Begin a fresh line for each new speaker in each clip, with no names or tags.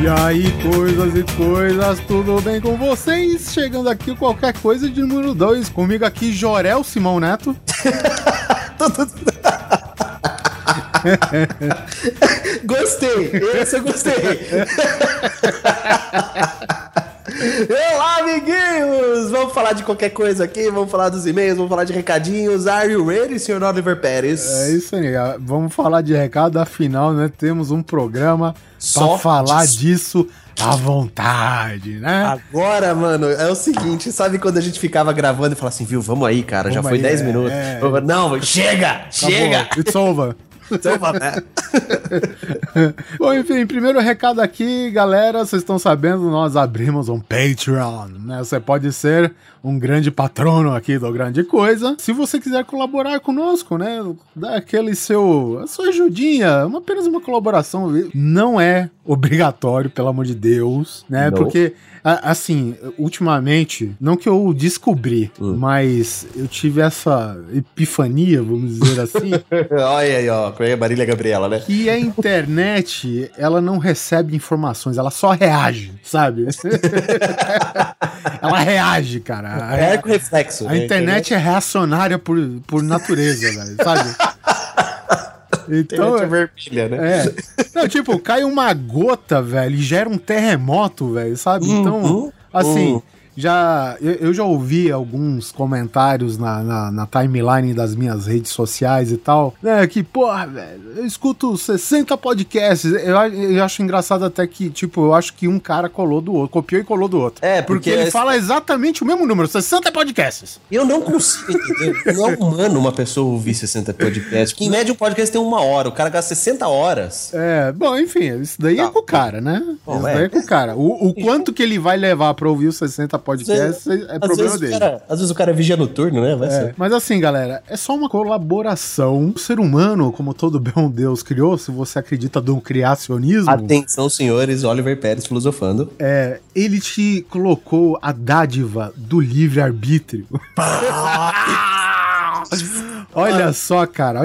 aí, coisas e coisas, tudo bem com vocês? Chegando aqui qualquer coisa de número 2. Comigo aqui, Jorel Simão Neto.
Gostei, esse eu gostei. Olá, amiguinhos! Vamos falar de qualquer coisa aqui, vamos falar dos e-mails, vamos falar de recadinhos. Are you ready, senhor Oliver Pérez?
É isso aí, vamos falar de recado, afinal, né, temos um programa
Só
pra falar disso à vontade, né?
Agora, mano, é o seguinte, sabe quando a gente ficava gravando e falava assim, viu, vamos aí, cara, já foi 10 minutos. Não, chega!
It's over. Bom, enfim, primeiro recado aqui, galera, vocês estão sabendo, nós abrimos um Patreon, né? Você pode ser um grande patrono aqui do Grande Coisa. Se você quiser colaborar conosco, né? Dar a sua ajudinha, apenas uma colaboração. Não é obrigatório, pelo amor de Deus, né? Não. Porque, assim, ultimamente, não que eu descobri, mas eu tive essa epifania, vamos dizer assim.
Olha aí, ó, com a Marília Gabriela, né?
Que a internet, ela não recebe informações, ela só reage, sabe? Ela reage, cara.
É com reflexo.
A internet é reacionária por natureza, velho, sabe? Então,
é vermelha, né?
Não, tipo, cai uma gota, velho, e gera um terremoto, velho, sabe? Então, assim, eu já ouvi alguns comentários na timeline das minhas redes sociais e tal, né, que, porra, velho, eu escuto 60 podcasts, eu acho engraçado até que, tipo, eu acho que um cara colou do outro, copiou e colou do outro. Porque ele fala exatamente o mesmo número, 60 podcasts.
Eu não consigo entender, não é humano uma pessoa ouvir 60 podcasts, porque em média um podcast tem 1 hora, o cara gasta 60 horas.
Bom, enfim, isso daí é com o cara, né? Isso daí é com o cara. O quanto que ele vai levar pra ouvir os 60 podcasts é problema dele.
Às vezes o cara é vigia noturno, né?
Mas assim, galera, é só uma colaboração. O ser humano, como todo bom Deus criou, se você acredita no criacionismo...
Atenção, senhores, Oliver Pérez filosofando.
Ele te colocou a dádiva do livre-arbítrio. Olha só, cara.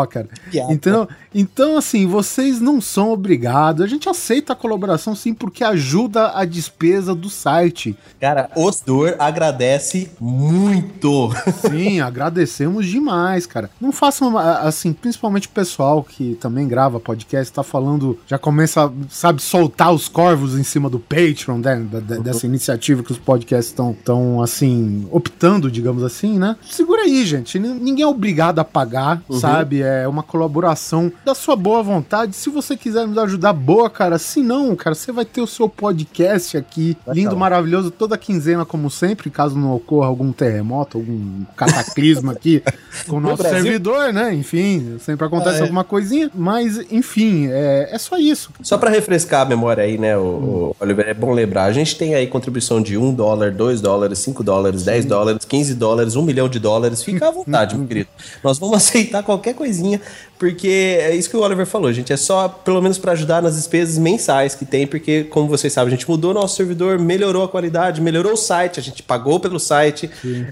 Então, assim, vocês não são obrigados. A gente aceita a colaboração, sim, porque ajuda a despesa do site.
Cara, o Dor agradece muito.
Sim, agradecemos demais, cara. Não façam, assim, principalmente o pessoal que também grava podcast, tá falando, já começa, sabe, soltar os corvos em cima do Patreon, né, dessa iniciativa que os podcasts estão, assim, optando, digamos assim, né? Segura aí, gente. Ninguém é obrigado a pagar, sabe? É uma colaboração da sua boa vontade. Se você quiser nos ajudar, boa, cara. Se não, cara, você vai ter o seu podcast aqui, lindo, maravilhoso, toda quinzena, como sempre, caso não ocorra algum terremoto, algum cataclisma aqui com o nosso servidor, né? Enfim, sempre acontece alguma coisinha. Mas, enfim, é só isso.
Só pra refrescar a memória aí, né, o Oliver, é bom lembrar, a gente tem aí contribuição de $1, $2, $5, $10, $15, $1 milhão. Fica à vontade, meu querido. Nós vamos aceitar qualquer coisinha, porque é isso que o Oliver falou, gente. É só, pelo menos, para ajudar nas despesas mensais que tem, porque, como vocês sabem, a gente mudou nosso servidor, melhorou a qualidade, melhorou o site, a gente pagou pelo site.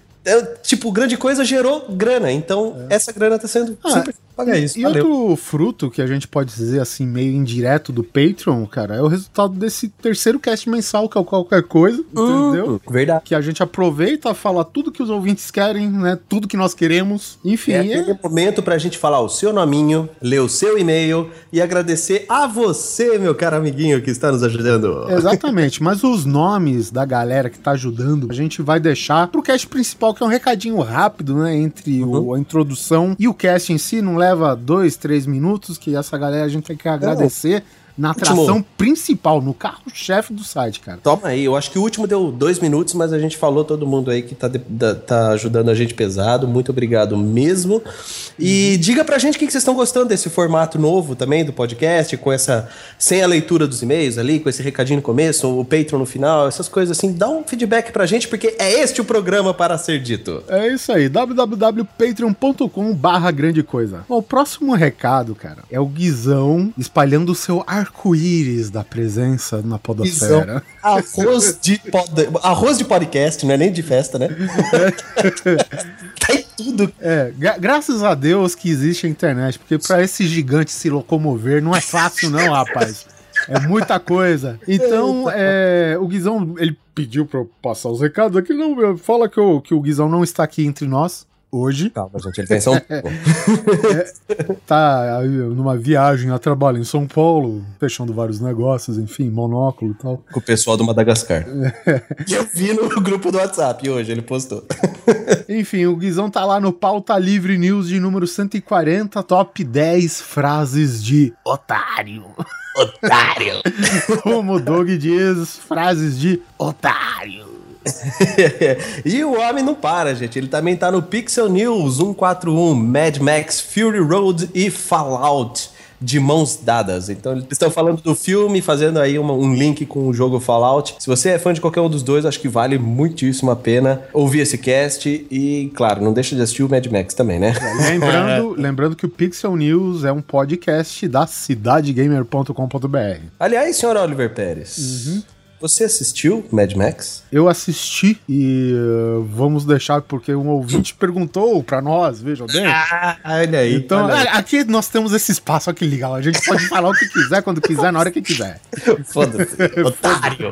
Tipo, Grande Coisa gerou grana, então essa grana tá sendo super pagar isso.
E outro fruto que a gente pode dizer assim, meio indireto do Patreon, cara, é o resultado desse terceiro cast mensal, que é o Qualquer Coisa, entendeu?
Verdade.
Que a gente aproveita, fala tudo que os ouvintes querem, né? Tudo que nós queremos. Enfim.
É aquele momento pra gente falar o seu nominho, ler o seu e-mail e agradecer a você, meu caro amiguinho, que está nos ajudando.
Exatamente, mas os nomes da galera que tá ajudando, a gente vai deixar pro cast principal, que é um recadinho rápido, né? Entre a introdução e o cast em si, não leva 2, 3 minutos, que essa galera a gente tem que agradecer. Na atração principal, no carro-chefe do site, cara.
Toma aí, eu acho que o último deu 2 minutos, mas a gente falou todo mundo aí que tá ajudando a gente pesado. Muito obrigado mesmo. E diga pra gente o que vocês estão gostando desse formato novo também do podcast, com essa, sem a leitura dos e-mails ali, com esse recadinho no começo, o Patreon no final, essas coisas assim. Dá um feedback pra gente, porque é este o programa para ser dito.
É isso aí, www.patreon.com/grande coisa. Bom, o próximo recado, cara, é o Guizão espalhando o seu arco-íris da presença na podosfera.
Arroz de podcast, não é nem de festa, né? Tá em tudo.
Graças a Deus que existe a internet, porque pra esse gigante se locomover não é fácil não, rapaz. É muita coisa. Então, o Guizão, ele pediu pra eu passar os recados aqui. Não, fala que o Guizão não está aqui entre nós hoje.
Calma, gente, ele tá em São Paulo.
Tá numa viagem a trabalho em São Paulo, fechando vários negócios, enfim, monóculo e tal.
Com o pessoal do Madagascar. Que eu vi no grupo do WhatsApp hoje, ele postou.
Enfim, o Guizão tá lá no Pauta Livre News de número 140, top 10 frases de otário.
Otário!
Como o Doug diz, frases de otário.
E o homem não para, gente. Ele também tá no Pixel News 141, Mad Max, Fury Road e Fallout de mãos dadas. Então eles estão falando do filme, fazendo aí um link com o jogo Fallout. Se você é fã de qualquer um dos dois, acho que vale muitíssimo a pena ouvir esse cast e, claro, não deixa de assistir o Mad Max também, né?
Lembrando que o Pixel News é um podcast da cidadegamer.com.br.
Aliás, senhor Oliver Pérez, você assistiu Mad Max?
Eu assisti e vamos deixar porque um ouvinte perguntou pra nós, vejam bem.
Olha aí.
Então, aqui nós temos esse espaço, olha que legal. A gente pode falar o que quiser, quando quiser, na hora que quiser.
Foda-se, otário.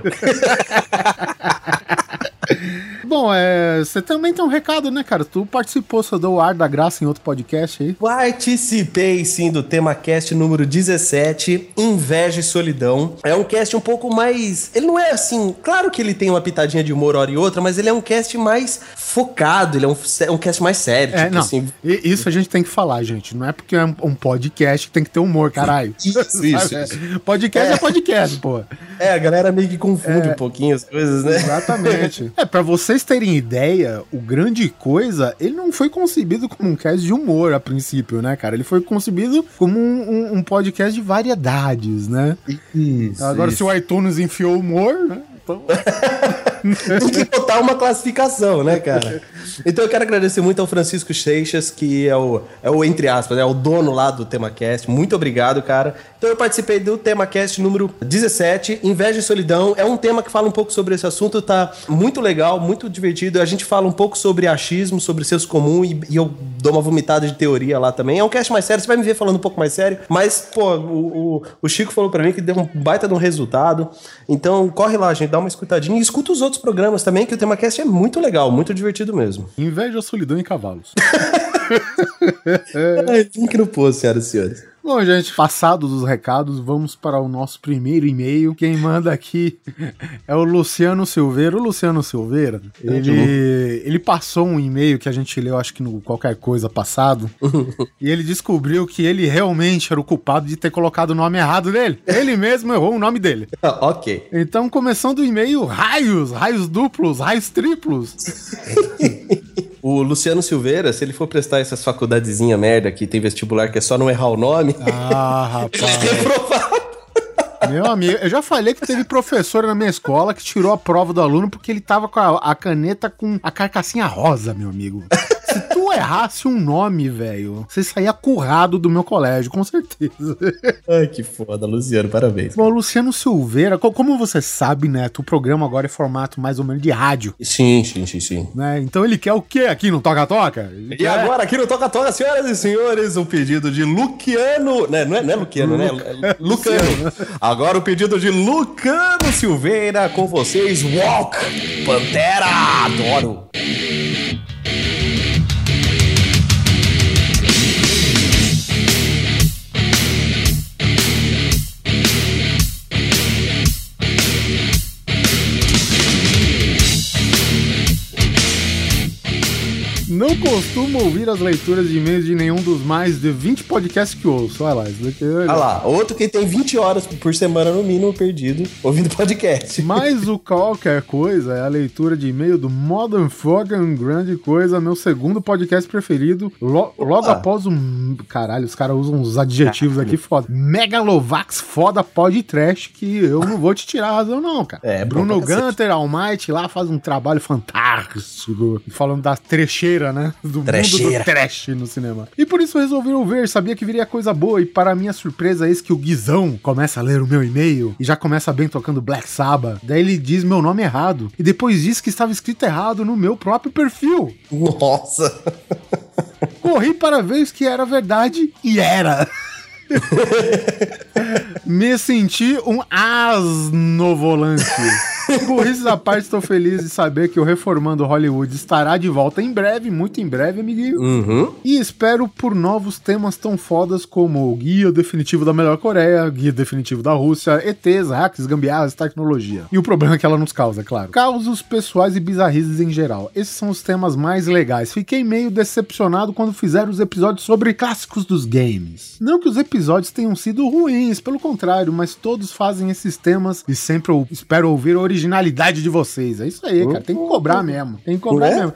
Bom, você também tem um recado, né, cara? Tu participou, só deu o ar da graça em outro podcast aí.
Participei, sim, do TemaCast número 17, Inveja e Solidão. É um cast um pouco mais... Ele não é assim... Claro que ele tem uma pitadinha de humor hora e outra, mas ele é um cast mais focado, ele é um cast mais sério. Tipo,
não.
Assim...
Isso a gente tem que falar, gente. Não é porque é um podcast que tem que ter humor, caralho.
Isso.
Podcast é podcast, pô.
A galera meio que confunde um pouquinho as coisas, né?
Exatamente. Pra vocês terem ideia, o Grande Coisa, ele não foi concebido como um cast de humor a princípio, né, cara? Ele foi concebido como um podcast de variedades, né?
Isso.
Agora, se o iTunes enfiou humor, né? Então...
Tem que botar uma classificação, né, cara? Então eu quero agradecer muito ao Francisco Seixas, que é o entre aspas, é o dono lá do TemaCast. Muito obrigado, cara. Então eu participei do TemaCast número 17, Inveja e Solidão. É um tema que fala um pouco sobre esse assunto, tá muito legal, muito divertido. A gente fala um pouco sobre achismo, sobre senso comum e eu dou uma vomitada de teoria lá também. É um cast mais sério, você vai me ver falando um pouco mais sério, mas, pô, o Chico falou pra mim que deu um baita de um resultado. Então corre lá, gente, dá uma escutadinha e escuta os outros programas também, que o TemaCast é muito legal, muito divertido mesmo.
Inveja, solidão e cavalos.
Link no post, senhoras e senhores.
Bom, gente, passados os recados, vamos para o nosso primeiro e-mail. Quem manda aqui é o Luciano Silveira. O Luciano Silveira, ele passou um e-mail que a gente leu, acho que no Qualquer Coisa passado, e ele descobriu que ele realmente era o culpado de ter colocado o nome errado dele. Ele mesmo errou o nome dele.
Ok.
Então, começando o e-mail, raios duplos, raios triplos.
O Luciano Silveira, se ele for prestar essas faculdadezinha merda que tem vestibular que é só não errar o nome...
rapaz...
Ele é reprovado.
Meu amigo, eu já falei que teve professor na minha escola que tirou a prova do aluno porque ele tava com a caneta com a carcassinha rosa, meu amigo. Se tu errasse um nome, velho, você saía currado do meu colégio, com certeza.
Ai, que foda, Luciano, parabéns.
Bom, Luciano Silveira, como você sabe, né, o programa agora é formato mais ou menos de rádio.
Sim.
Né? Então ele quer o quê aqui no Toca Toca?
Agora aqui no Toca Toca, senhoras e senhores, o pedido de Luciano... Não é Luciano, né? Lucano. Agora o pedido de Lucano Silveira com vocês, Walk, Pantera, adoro.
Não costumo ouvir as leituras de e-mails de nenhum dos mais de 20 podcasts que ouço. Olha lá, isso daqui é...
Olha lá, outro que tem 20 horas por semana no mínimo perdido ouvindo podcast.
Mas o Qualquer Coisa é a leitura de e-mail do Modern Fucking Grande Coisa, meu segundo podcast preferido, logo após um... Caralho, os caras usam uns adjetivos aqui foda. Megalovax foda podcast, que eu não vou te tirar a razão não, cara. Bruno Gunter, Almighty lá faz um trabalho fantástico, falando da trecheira, né? Do
trecheira.
Mundo do trash no cinema. E por isso resolvi ouvir, sabia que viria coisa boa, e para minha surpresa, eis que o Guizão começa a ler o meu e-mail, e já começa bem tocando Black Sabbath. Daí ele diz meu nome errado, e depois diz que estava escrito errado no meu próprio perfil.
Nossa!
Corri para ver que era verdade, e era. Me senti um asnovolante. Burrices à parte, estou feliz de saber que o Reformando Hollywood estará de volta em breve, muito em breve, amiguinho.
Uhum.
E espero por novos temas tão fodas como o Guia Definitivo da Melhor Coreia, Guia Definitivo da Rússia, ETs, hacks, gambiarras, tecnologia. E o problema que ela nos causa, é claro. Causos pessoais e bizarrizes em geral. Esses são os temas mais legais. Fiquei meio decepcionado quando fizeram os episódios sobre clássicos dos games. Não que os episódios tenham sido ruins, pelo contrário, mas todos fazem esses temas e sempre eu espero ouvir a originalidade de vocês. É isso aí, cara. Tem que cobrar mesmo. Tem que cobrar mesmo.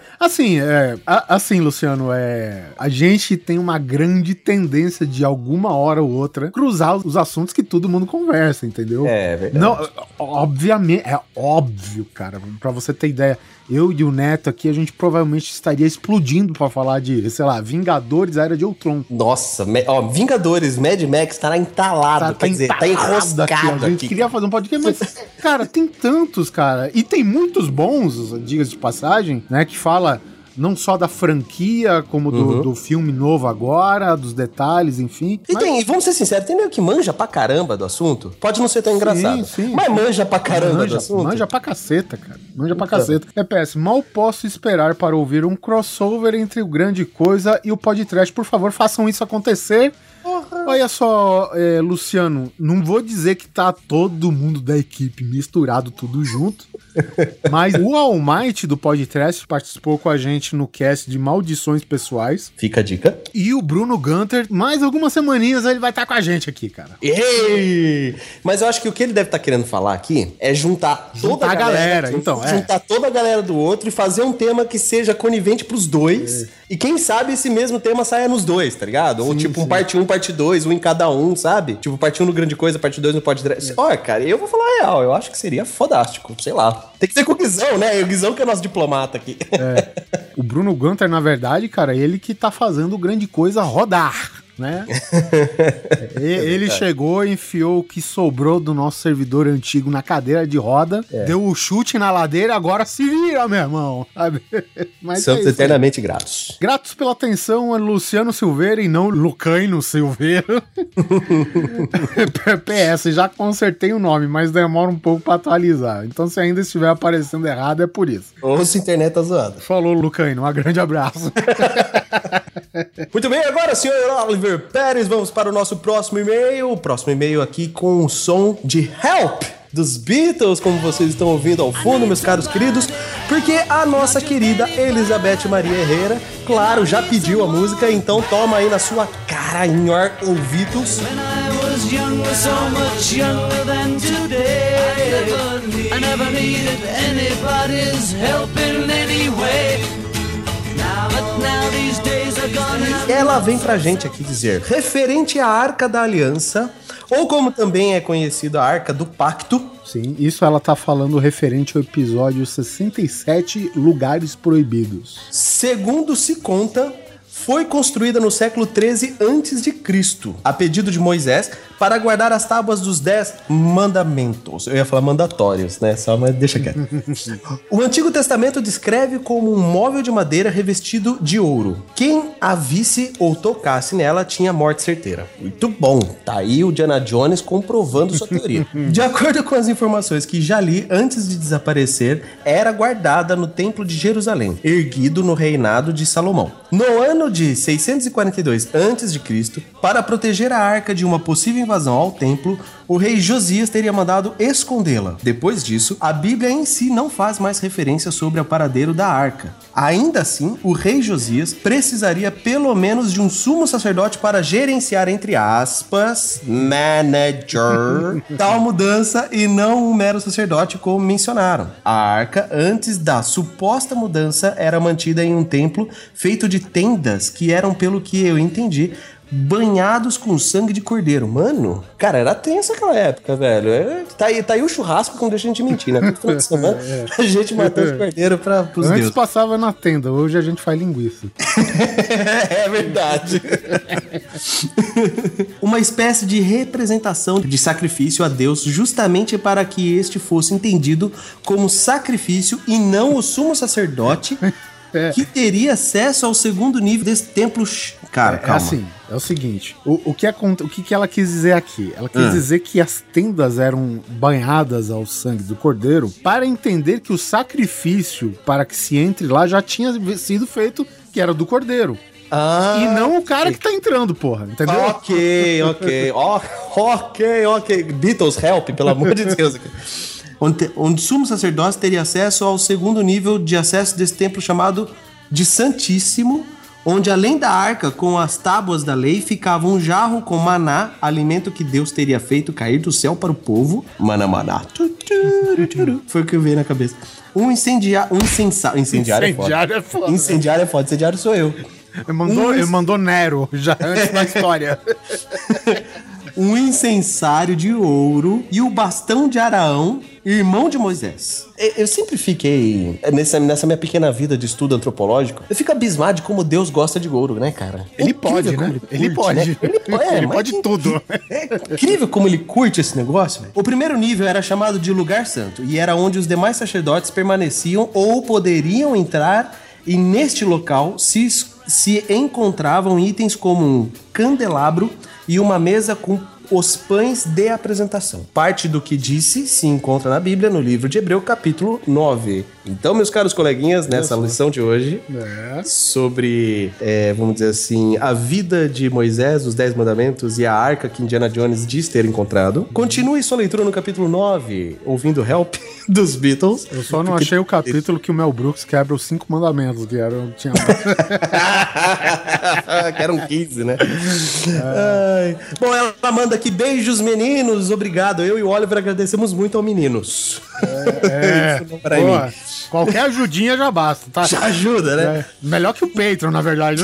Assim, Luciano, a gente tem uma grande tendência de alguma hora ou outra cruzar os assuntos que todo mundo conversa, entendeu?
É verdade.
Não, obviamente, é óbvio, cara. Pra você ter ideia, eu e o Neto aqui, a gente provavelmente estaria explodindo pra falar de, sei lá, Vingadores, a Era de Ultron.
Nossa, Vingadores, Mad Max tá entalado, quer dizer, tá enroscado aqui.
A gente queria fazer um podcast, mas, cara, tem tantos, cara. E tem muitos bons, diga-se de passagem, né, que fala não só da franquia, como do filme novo agora, dos detalhes, enfim.
E vamos ser sinceros, tem meio que manja pra caramba do assunto. Pode não ser tão engraçado, mas manja pra caramba do assunto.
Manja pra caceta, cara. Manja pra caceta. PS, mal posso esperar para ouvir um crossover entre o Grande Coisa e o podcast. Por favor, façam isso acontecer. Olha só, Luciano, não vou dizer que tá todo mundo da equipe misturado tudo junto, mas o Almighty do podcast participou com a gente no cast de Maldições Pessoais.
Fica a dica.
E o Bruno Gunter, mais algumas semaninhas ele vai estar com a gente aqui, cara.
Ei! Mas eu acho que o que ele deve estar querendo falar aqui é juntar toda a galera. Juntar toda a galera do outro e fazer um tema que seja conivente pros dois. E quem sabe esse mesmo tema saia nos dois, tá ligado? Ou tipo um parte 1, parte 2, um em cada um, sabe? Tipo, parte 1 no Grande Coisa, parte 2 no podcast. Olha, cara, eu vou falar a real, eu acho que seria fodástico, sei lá. Tem que ser com o Guizão, né? O Guizão que é nosso diplomata aqui.
O Bruno Gunter, na verdade, cara, ele que tá fazendo o Grande Coisa rodar, né? Ele chegou, enfiou o que sobrou do nosso servidor antigo na cadeira de roda, deu o chute na ladeira, agora se vira, meu irmão. Sabe? Mas
somos eternamente gratos.
Gratos pela atenção a Luciano Silveira e não Lucaino Silveira. PS, já consertei o nome, mas demora um pouco pra atualizar. Então se ainda estiver aparecendo errado, é por isso.
Ou se a internet tá zoada.
Falou, Lucaino, um grande abraço.
Muito bem, agora, senhor Oliver Pérez, vamos para o nosso próximo e-mail. O próximo e-mail aqui com o som de Help dos Beatles, como vocês estão ouvindo ao fundo, meus caros queridos, porque a nossa querida Elizabeth Maria Herrera, claro, já pediu a música, então toma aí na sua cara, em your ouvidos. Ela vem pra gente aqui dizer, referente à Arca da Aliança, ou como também é conhecido, a Arca do Pacto.
Sim, isso ela tá falando referente ao episódio 67, Lugares Proibidos.
Segundo se conta, foi construída no século 13 a.C., a pedido de Moisés, para guardar as tábuas dos 10 mandamentos. Eu ia falar mandatórios, né? Só, mas deixa quieto. O Antigo Testamento descreve como um móvel de madeira revestido de ouro. Quem a visse ou tocasse nela tinha morte certeira. Muito bom. Tá aí o Indiana Jones comprovando sua teoria. De acordo com as informações que já li, antes de desaparecer, era guardada no Templo de Jerusalém, erguido no reinado de Salomão. No ano de 642 a.C., para proteger a arca de uma possível invasão ao templo, o rei Josias teria mandado escondê-la. Depois disso, a Bíblia em si não faz mais referência sobre o paradeiro da arca. Ainda assim, o rei Josias precisaria pelo menos de um sumo sacerdote para gerenciar, entre aspas, manager, tal mudança e não um mero sacerdote como mencionaram. A arca, antes da suposta mudança, era mantida em um templo feito de tendas que eram, pelo que eu entendi, banhados com sangue de cordeiro. Mano, cara, era tenso aquela época, velho. Tá aí o churrasco que não deixa a gente mentir, né? Toda semana a gente matando cordeiro pros
Antes
deuses.
passava na tenda, hoje a gente faz linguiça.
É verdade. Uma espécie de representação de sacrifício a Deus, justamente para que este fosse entendido como sacrifício e não o sumo sacerdote que teria acesso ao segundo nível desse templo. Cara, calma.
É assim, é o seguinte, o que ela quis dizer aqui? Ela quis dizer que as tendas eram banhadas ao sangue do cordeiro para entender que o sacrifício para que se entre lá já tinha sido feito, que era do cordeiro. E não o cara que tá entrando, porra, entendeu?
Ok. Beatles, help, pelo amor de Deus. Onde o sumo sacerdote teria acesso ao segundo nível de acesso desse templo chamado de Santíssimo, onde além da arca com as tábuas da lei ficava um jarro com maná, alimento que Deus teria feito cair do céu para o povo. Maná. Foi o que eu veio na cabeça. Incendiário é foda. Incendiário é foda. Incendiário sou eu.
Ele mandou Nero já antes da história.
Um incensário de ouro e o bastão de Araão, irmão de Moisés. Eu sempre fiquei, nessa minha pequena vida de estudo antropológico, eu fico abismado de como Deus gosta de ouro, né, cara?
Ele pode, né? Ele pode. Ele pode tudo.
É incrível como ele curte esse negócio. Véio. O primeiro nível era chamado de lugar santo e era onde os demais sacerdotes permaneciam ou poderiam entrar, e neste local se encontravam itens como um candelabro e uma mesa com os pães de apresentação. Parte do que disse se encontra na Bíblia, no livro de Hebreu, capítulo 9. Então, meus caros coleguinhas, nessa lição de hoje, sobre, vamos dizer assim, a vida de Moisés, os 10 mandamentos e a arca que Indiana Jones diz ter encontrado, continue sua leitura no capítulo 9, ouvindo Help dos Beatles.
Eu só não achei o capítulo que o Mel Brooks quebra os 5 mandamentos, que tinha...
que eram 15, né? Bom, ela manda aqui, beijos meninos, obrigado. Eu e o Oliver agradecemos muito ao meninos.
Pra mim. Qualquer ajudinha já basta, tá?
Já ajuda, né?
Melhor que o Patreon, na verdade.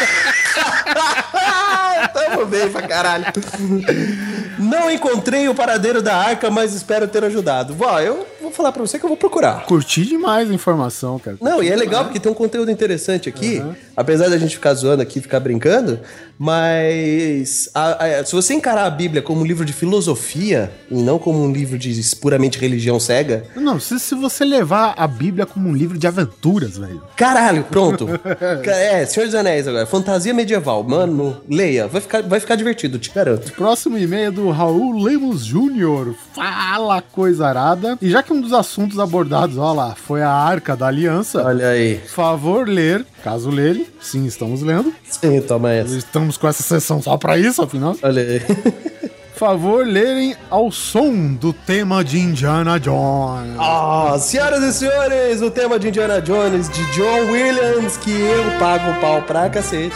Tamo bem pra caralho. Não encontrei o paradeiro da arca, mas espero ter ajudado. Eu vou falar pra você que eu vou procurar.
Curti demais a informação, cara.
Não, e é legal porque tem um conteúdo interessante aqui, apesar da gente ficar zoando aqui, ficar brincando, mas se você encarar a Bíblia como um livro de filosofia e não como um livro de puramente religião cega...
Não, se você levar a Bíblia como um livro de aventuras, velho.
Caralho, pronto. Senhor dos Anéis agora, fantasia medieval. Mano, leia, vai ficar divertido, te garanto.
Próximo e-mail do Raul Lemos Jr. Fala coisa arada. E já que um dos assuntos abordados, olha lá, foi a Arca da Aliança.
Olha aí.
Favor ler, caso lerem. Sim, estamos lendo.
Sim, toma essa.
Estamos com essa sessão só pra isso, afinal.
Olha aí.
Favor lerem ao som do tema de Indiana Jones.
Senhoras e senhores, o tema de Indiana Jones, de John Williams, que eu pago o pau pra cacete.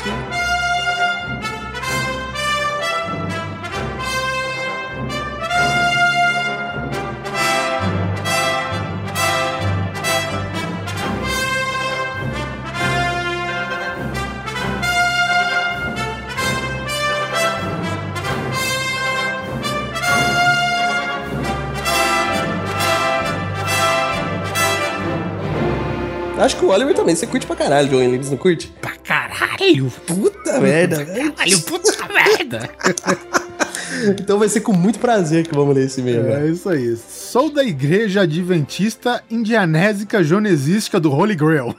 Acho que o Oliver também, você curte pra caralho, John Williams, não curte?
Pra caralho!
Puta merda!
Caralho, puta merda!
Então vai ser com muito prazer que vamos ler esse e-mail.
É isso aí. Sou da Igreja Adventista Indianésica Jonesística do Holy Grail.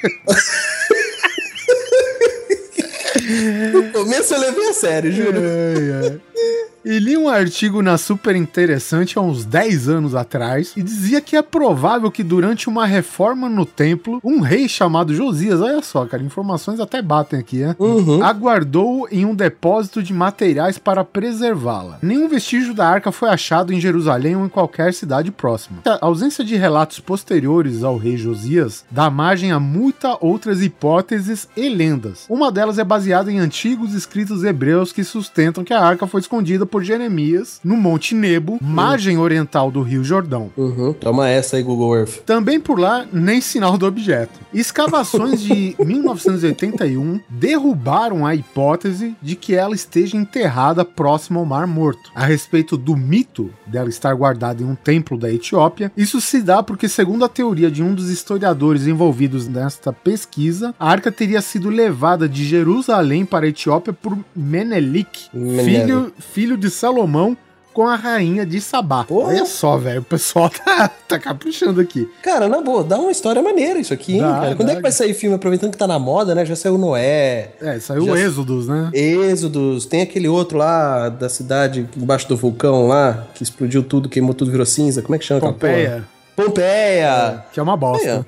No começo eu levei a sério, juro.
E li um artigo na Super Interessante há uns 10 anos atrás e dizia que é provável que durante uma reforma no templo, um rei chamado Josias, olha só, cara, informações até batem aqui, né? Aguardou em um depósito de materiais para preservá-la. Nenhum vestígio da arca foi achado em Jerusalém ou em qualquer cidade próxima. A ausência de relatos posteriores ao rei Josias dá margem a muitas outras hipóteses e lendas. Uma delas é baseada em antigos escritos hebreus que sustentam que a arca foi escondida por Jeremias no Monte Nebo, margem oriental do Rio Jordão.
Toma essa aí, Google Earth.
Também por lá, nem sinal do objeto. Escavações de 1981 derrubaram a hipótese de que ela esteja enterrada próximo ao Mar Morto. A respeito do mito dela estar guardada em um templo da Etiópia, isso se dá porque, segundo a teoria de um dos historiadores envolvidos nesta pesquisa, a arca teria sido levada de Jerusalém para a Etiópia por Menelik, filho de Salomão, com a rainha de Sabá. Olha só, velho, o pessoal tá caprichando aqui.
Cara, na boa, dá uma história maneira isso aqui, hein, cara? Quando é que vai sair filme, aproveitando que tá na moda, né? Já saiu Noé.
Saiu o Êxodos, né?
Êxodos. Tem aquele outro lá da cidade embaixo do vulcão lá, que explodiu tudo, queimou tudo, virou cinza. Como é que chama?
Pompeia.
Que é uma bosta.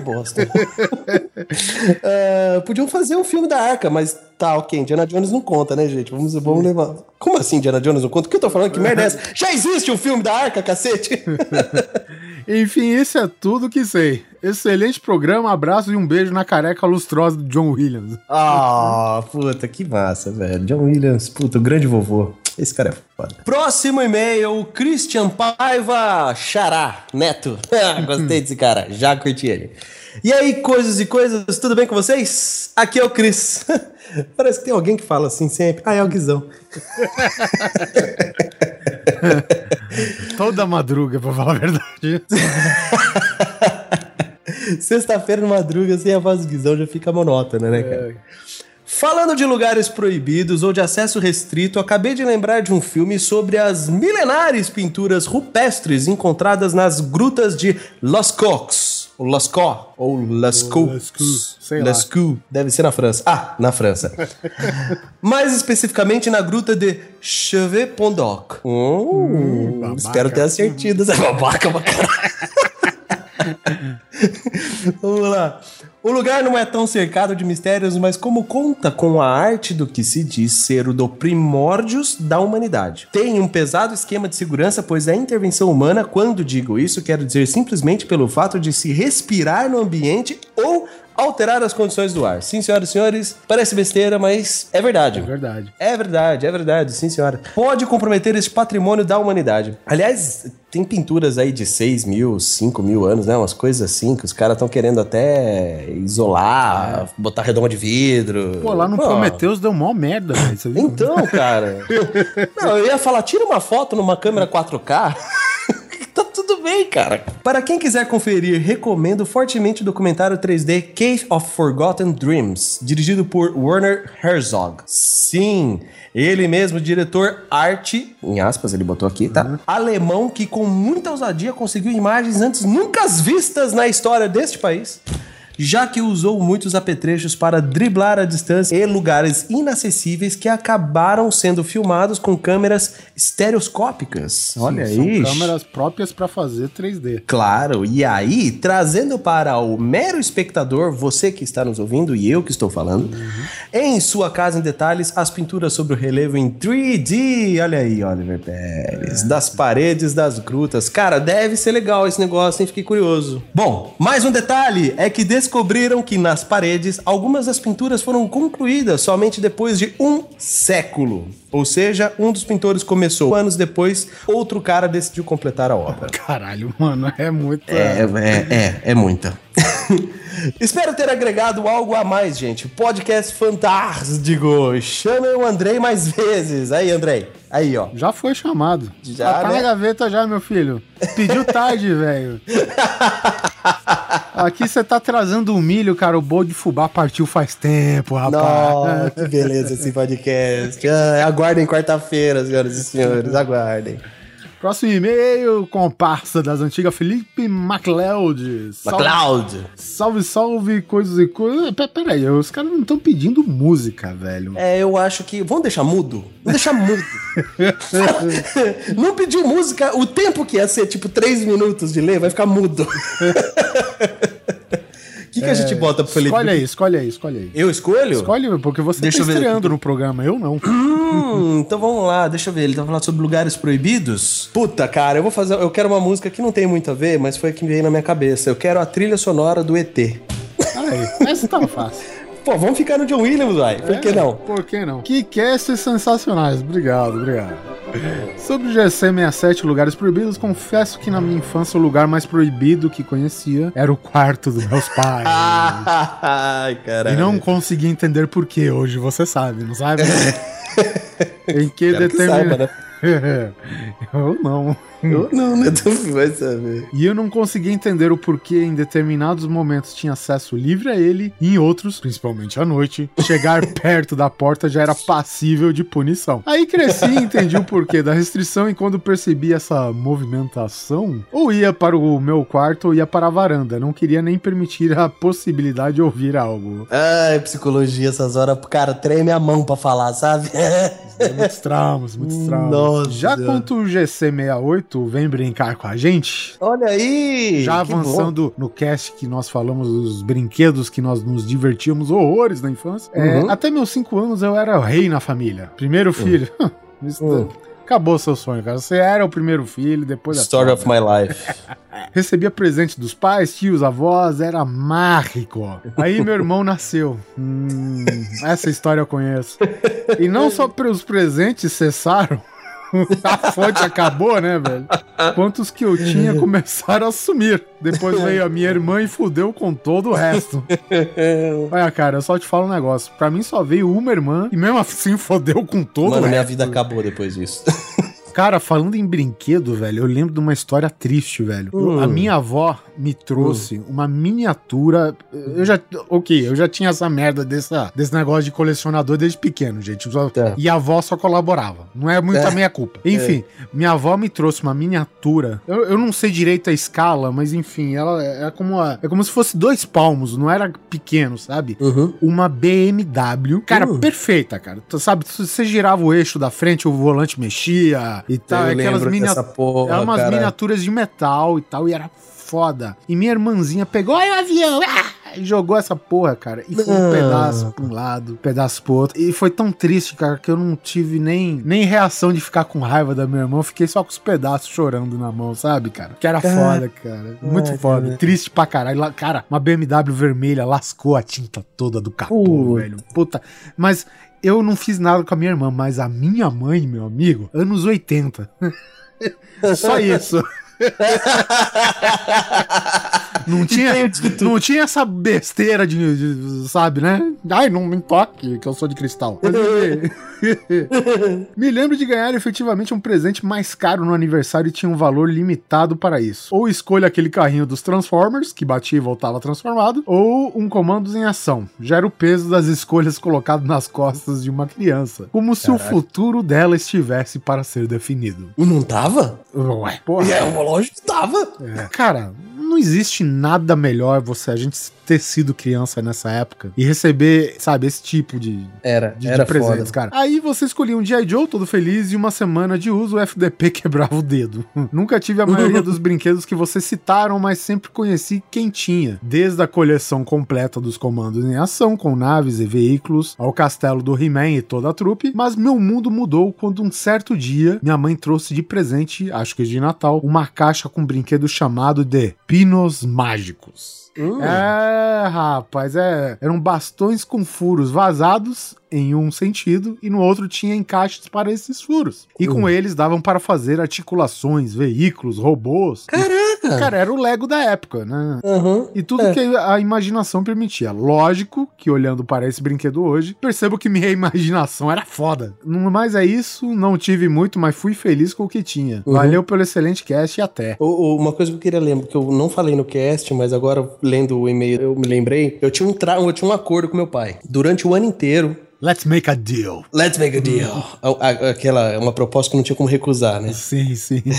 Podiam fazer um filme da Arca, mas tá, ok, Indiana Jones não conta, né, gente? Vamos levar... Como assim Indiana Jones não conta? O que eu tô falando? Que merda é essa? Já existe um filme da Arca, cacete?
Enfim, isso é tudo que sei. Excelente programa, abraço e um beijo na careca lustrosa do John Williams.
Puta, que massa, velho. John Williams, puta, o grande vovô. Esse cara é foda. Próximo e-mail, Christian Paiva Xará Neto. Gostei desse cara, já curti ele. E aí, coisas e coisas, tudo bem com vocês? Aqui é o Cris. Parece que tem alguém que fala assim sempre. É o Guizão.
Toda madruga, pra falar a verdade.
Sexta-feira no madruga, sem a voz do Guizão, já fica monótona, né, cara? Falando de lugares proibidos ou de acesso restrito, acabei de lembrar de um filme sobre as milenares pinturas rupestres encontradas nas grutas de Lascaux. Ou Lascaux, ou Lascaux. Lascaux, deve ser na França. Na França. Mais especificamente na gruta de Cheveux-Pondoc. Espero ter acertado essa babaca pra caralho. Vamos lá. O lugar não é tão cercado de mistérios, mas como conta com a arte do que se diz ser o do primórdios da humanidade. Tem um pesado esquema de segurança, pois a intervenção humana, quando digo isso, quero dizer simplesmente pelo fato de se respirar no ambiente ou alterar as condições do ar. Sim, senhoras e senhores, parece besteira, mas é verdade. É verdade, sim, senhora. Pode comprometer esse patrimônio da humanidade. Aliás, tem pinturas aí de 6 mil, 5 mil anos, né? Umas coisas assim, que os caras estão querendo até isolar, botar redoma de vidro.
Pô, lá no Prometheus deu mó merda, velho. Você viu?
Então, cara... Não, eu ia falar, tira uma foto numa câmera 4K... Tá tudo bem, cara. Para quem quiser conferir, recomendo fortemente o documentário 3D Cave of Forgotten Dreams, dirigido por Werner Herzog. Sim, ele mesmo, diretor arte, em aspas ele botou aqui, tá? Alemão que com muita ousadia conseguiu imagens antes nunca vistas na história deste país, já que usou muitos apetrechos para driblar a distância e lugares inacessíveis que acabaram sendo filmados com câmeras estereoscópicas. Olha aí.
São câmeras próprias para fazer 3D.
Claro, e aí, trazendo para o mero espectador, você que está nos ouvindo e eu que estou falando, em sua casa em detalhes, as pinturas sobre o relevo em 3D. Olha aí, Oliver Pérez. Das paredes das grutas. Cara, deve ser legal esse negócio, hein? Fiquei curioso. Bom, mais um detalhe é que descobriram que nas paredes algumas das pinturas foram concluídas somente depois de 1 século. Ou seja, um dos pintores começou anos depois, outro cara decidiu completar a obra.
Caralho, mano, é muita...
É muita. Espero ter agregado algo a mais, gente. Podcast fantástico. Chamem o Andrei mais vezes. Aí, Andrei. Aí, ó.
Já foi chamado.
Já,
tá, né? Na gaveta já, meu filho. Pediu tarde, velho. Aqui você tá trazendo um milho, cara. O bolo de fubá partiu faz tempo, rapaz.
Nossa, que beleza esse podcast. Aguardem quarta-feira, senhoras e senhores. Aguardem.
Próximo e-mail, comparsa das antigas, Felipe MacLeod. Salve, salve, coisas e coisas. Peraí, os caras não estão pedindo música, velho.
Eu acho que... Vamos deixar mudo? Vamos deixar mudo. Não pediu música, o tempo que ia ser, tipo, 3 minutos de ler, vai ficar mudo. O que a gente bota pro Felipe?
Escolhe aí.
Eu escolho?
Escolhe, porque você tá estreando no programa, eu não.
Então vamos lá, deixa eu ver. Ele tá falando sobre lugares proibidos? Puta, cara, eu quero uma música que não tem muito a ver, mas foi a que veio na minha cabeça. Eu quero a trilha sonora do ET.
Aí, essa tá fácil.
Pô, vamos ficar no John Williams, vai. Por que não?
Por que não? Que casts sensacionais. Obrigado. Sobre o GC67 Lugares Proibidos, confesso que na minha infância o lugar mais proibido que conhecia era o quarto dos meus pais.
Ai, caralho.
E não consegui entender por que hoje, você sabe, não sabe? Em que
saiba, né?
Eu não.
Eu não, né? Tu vai saber.
E eu não conseguia entender o porquê em determinados momentos tinha acesso livre a ele e em outros, principalmente à noite, chegar perto da porta já era passível de punição. Aí cresci e entendi o porquê da restrição e quando percebi essa movimentação, ou ia para o meu quarto ou ia para a varanda. Não queria nem permitir a possibilidade de ouvir algo.
Ai, psicologia, essas horas, cara, treme a mão pra falar, sabe?
Muitos traumas, muitos traumas.
Nossa.
Já quanto o GC68 vem brincar com a gente...
Olha aí!
Já avançando no cast que nós falamos dos brinquedos que nós nos divertíamos horrores na infância. Até meus 5 anos eu era o rei na família. Primeiro filho. Acabou seu sonho, cara. Você era o primeiro filho, depois...
Story of my life.
Recebia presente dos pais, tios, avós, era mágico. Aí meu irmão nasceu. Essa história eu conheço. E não só os presentes cessaram, a fonte acabou, né, velho? Quantos que eu tinha começaram a sumir. Depois veio a minha irmã e fudeu com todo o resto. Olha, cara, eu só te falo um negócio. Pra mim só veio uma irmã e mesmo assim fodeu com todo o resto.
Mano, minha vida acabou depois disso.
Cara, falando em brinquedo, velho, eu lembro de uma história triste, velho. A minha avó me trouxe uma miniatura. Eu já tinha essa merda desse negócio de colecionador desde pequeno, gente. E a avó só colaborava. Não é muito a minha culpa. Enfim, minha avó me trouxe uma miniatura. Eu não sei direito a escala, mas enfim, ela é como se fosse 2 palmos, não era pequeno, sabe? Uma BMW. Cara, perfeita, cara. Tu sabe, você girava o eixo da frente, o volante mexia. E tal, aquelas umas miniaturas de metal e tal, e era foda. E minha irmãzinha pegou o avião e jogou essa porra, cara. E foi um pedaço pra um lado, um pedaço pro outro. E foi tão triste, cara, que eu não tive nem reação de ficar com raiva da minha irmã. Eu fiquei só com os pedaços chorando na mão, sabe, cara? Que era foda, cara. Muito foda. Cara. Triste pra caralho. Cara, uma BMW vermelha lascou a tinta toda do capô, velho. Puta. Mas... eu não fiz nada com a minha irmã, mas a minha mãe, meu amigo, anos 80. Só isso. Não tinha essa besteira de sabe, né? Ai, não me toque, que eu sou de cristal. Me lembro de ganhar efetivamente um presente mais caro no aniversário e tinha um valor limitado para isso. Ou escolha aquele carrinho dos Transformers, que batia e voltava transformado, ou um comandos em ação. Já era o peso das escolhas colocado nas costas de uma criança. Como se o futuro dela estivesse para ser definido.
E não tava?
Ué, porra.
Lógico que tava.
Cara, não existe nada melhor a gente ter sido criança nessa época e receber, sabe, esse tipo de presentes, cara. Aí você escolhia um G.I. Joe todo feliz e uma semana de uso o FDP quebrava o dedo. Nunca tive a maioria dos brinquedos que vocês citaram, mas sempre conheci quem tinha. Desde a coleção completa dos comandos em ação, com naves e veículos, ao castelo do He-Man e toda a trupe, mas meu mundo mudou quando um certo dia minha mãe trouxe de presente, acho que de Natal, uma caixa com um brinquedo chamado de Pinos Mágicos. Rapaz, eram bastões com furos vazados em um sentido e no outro tinha encaixes para esses furos. E com eles davam para fazer articulações, veículos, robôs.
Caraca!
Cara, era o Lego da época, né? E tudo que a imaginação permitia. Lógico que olhando para esse brinquedo hoje, percebo que minha imaginação era foda. Mas é isso, não tive muito, mas fui feliz com o que tinha. Valeu pelo excelente cast e até.
Uma coisa que eu queria lembrar, que eu não falei no cast, mas agora lendo o e-mail eu me lembrei, eu tinha um acordo com meu pai. Durante o ano inteiro,
Let's make a deal.
Let's make a deal. Uma proposta que não tinha como recusar, né?
Sim.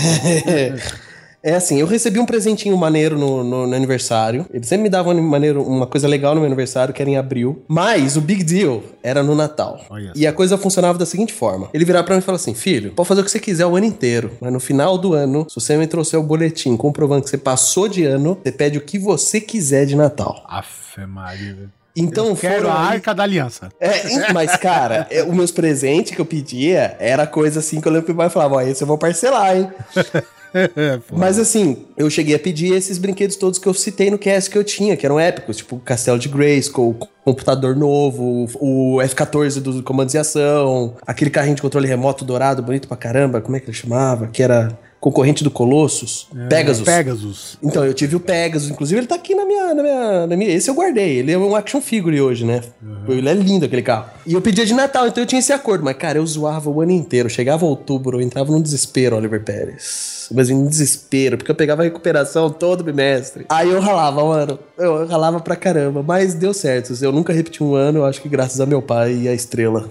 É assim, eu recebi um presentinho maneiro no aniversário. Eles sempre me davam uma coisa legal no meu aniversário, que era em abril. Mas o big deal era no Natal. E a coisa funcionava da seguinte forma. Ele virava pra mim e falava assim, filho, pode fazer o que você quiser o ano inteiro. Mas no final do ano, se você me trouxer o boletim comprovando que você passou de ano, você pede o que você quiser de Natal.
Afe Maria, velho.
Então,
eu quero a Arca da Aliança.
Mas, cara, os meus presentes que eu pedia era coisa assim que eu lembro que o pai falava, esse eu vou parcelar, hein? Mas assim, eu cheguei a pedir esses brinquedos todos que eu citei no cast que eu tinha, que eram épicos, tipo o Castelo de Grayskull, o computador novo, o F-14 dos comandos de ação, aquele carrinho de controle remoto dourado, bonito pra caramba, como é que ele chamava? Que era concorrente do Colossus,
Pegasus.
Então, eu tive o Pegasus, inclusive ele tá aqui na minha... Esse eu guardei, ele é um action figure hoje, né? Ele é lindo, aquele carro. E eu pedia de Natal, então eu tinha esse acordo, mas cara, eu zoava o ano inteiro, chegava outubro, eu entrava num desespero, Oliver Pérez. Mas em desespero, porque eu pegava a recuperação todo bimestre. Aí eu ralava, mano, eu ralava pra caramba, mas deu certo, eu nunca repeti um ano, eu acho que graças a meu pai e a Estrela.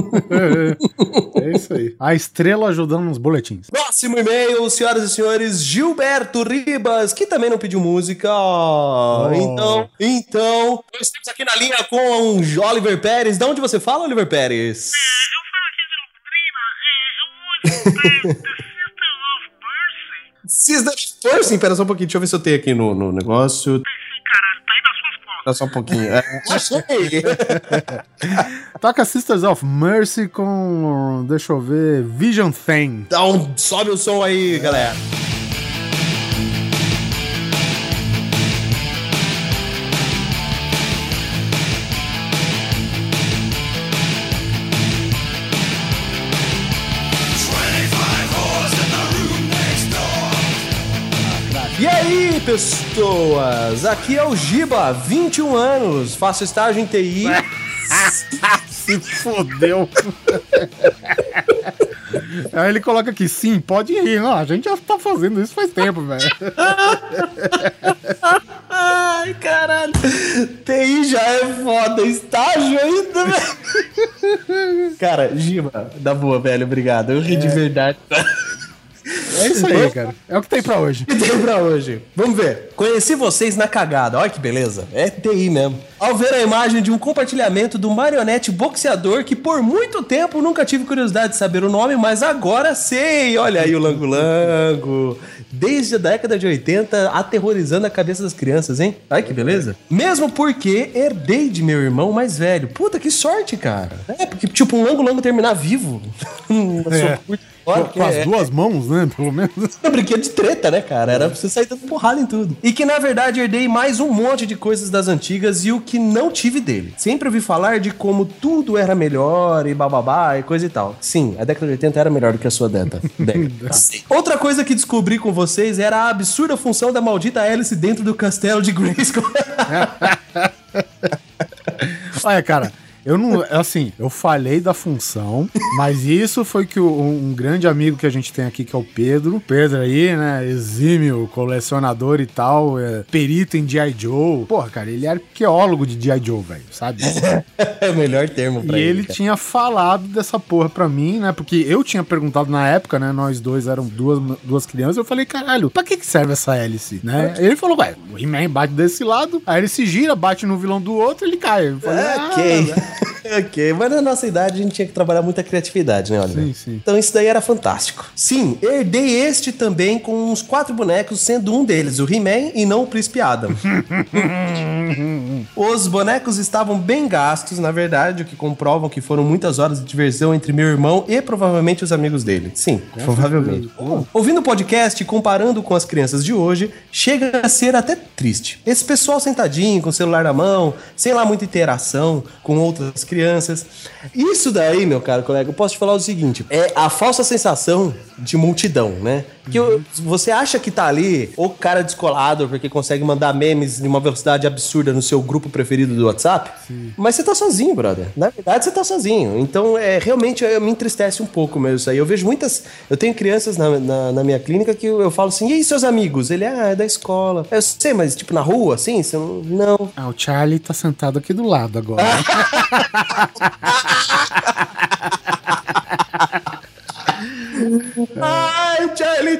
É isso aí. A Estrela ajudando nos boletins.
Próximo e-mail, senhoras e senhores, Gilberto Ribas, que também não pediu música. Então, nós estamos aqui na linha com o Oliver Pérez. De onde você fala, Oliver Pérez?
Eu falo aqui de Londrina, eu vou The Sisters of Mercy.
Sisters of Mercy? Pera só um pouquinho, deixa eu ver se eu tenho aqui no negócio.
Sim, caralho, tá aí nas suas contas.
Tá só um pouquinho. Achei!
Toca Sisters of Mercy com, deixa eu ver, Vision Thing.
Então, sobe o som aí, galera. E aí, pessoas? Aqui é o Giba, 21 anos, faço estágio em TI.
Se fodeu. Aí ele coloca aqui, sim, pode ir. Não, a gente já tá fazendo isso faz tempo, velho.
Ai, caralho. TI já é foda, estágio ainda, velho. Cara, Giba, da boa, velho, obrigado. Eu ri de verdade.
É isso aí, cara. É o que tem pra hoje.
O que tem pra hoje? Vamos ver. Conheci vocês na cagada. Olha que beleza. É TI mesmo. Ao ver a imagem de um compartilhamento do marionete boxeador que por muito tempo nunca tive curiosidade de saber o nome, mas agora sei. Olha aí o Lango Lango. Desde a década de 80, aterrorizando a cabeça das crianças, hein? Ai, que beleza. Mesmo porque herdei de meu irmão mais velho. Puta, que sorte, cara. É, porque tipo um Lango Lango terminar vivo.
Com as duas mãos, né? Pelo menos.
É um brinquedo de treta, né, cara? Era pra você sair dando porrada em tudo. E que, na verdade, herdei mais um monte de coisas das antigas e o que não tive dele. Sempre ouvi falar de como tudo era melhor e bababá e coisa e tal. Sim, a década de 80 era melhor do que a sua década. Outra coisa que descobri com vocês era a absurda função da maldita hélice dentro do castelo de Grayskull.
Olha, cara... Eu não, assim, eu falei da função, mas isso foi que um grande amigo que a gente tem aqui, que é o Pedro. Pedro aí, né, exímio, colecionador e tal, perito em G.I. Joe. Porra, cara, ele é arqueólogo de G.I. Joe, velho, sabe?
É o melhor termo pra
ele. E ele
cara.
tinha falado dessa porra pra mim, né, porque eu tinha perguntado na época, né, nós dois eram duas crianças, eu falei, caralho, pra que serve essa hélice, né? Ele falou, ué, o He-Man bate desse lado, aí ele se gira, bate no vilão do outro e ele cai. Eu falei,
ok. Ok, mas na nossa idade a gente tinha que trabalhar muita criatividade, né, Oliver?
Sim, sim.
Então isso daí era fantástico. Sim, herdei este também com uns 4 bonecos, sendo um deles o He-Man e não o Príncipe Adam. Os bonecos estavam bem gastos, na verdade, o que comprovam que foram muitas horas de diversão entre meu irmão e provavelmente os amigos dele. Sim, provavelmente. Ouvindo o podcast e comparando com as crianças de hoje, chega a ser até triste. Esse pessoal sentadinho, com o celular na mão, sem lá muita interação com outras crianças. Isso daí, meu caro colega, eu posso te falar o seguinte, é a falsa sensação de multidão, né? Porque você acha que tá ali o cara descolado porque consegue mandar memes em uma velocidade absurda no seu grupo preferido do WhatsApp, mas você tá sozinho, brother. Na verdade, você tá sozinho. Então, realmente, me entristece um pouco mesmo isso aí. Eu vejo eu tenho crianças na minha clínica que eu falo assim, e aí, seus amigos? Ele, é da escola. Eu sei, mas tipo, na rua, assim? Você não...
Ah, o Charlie tá sentado aqui do lado agora.
Ai, Charlie.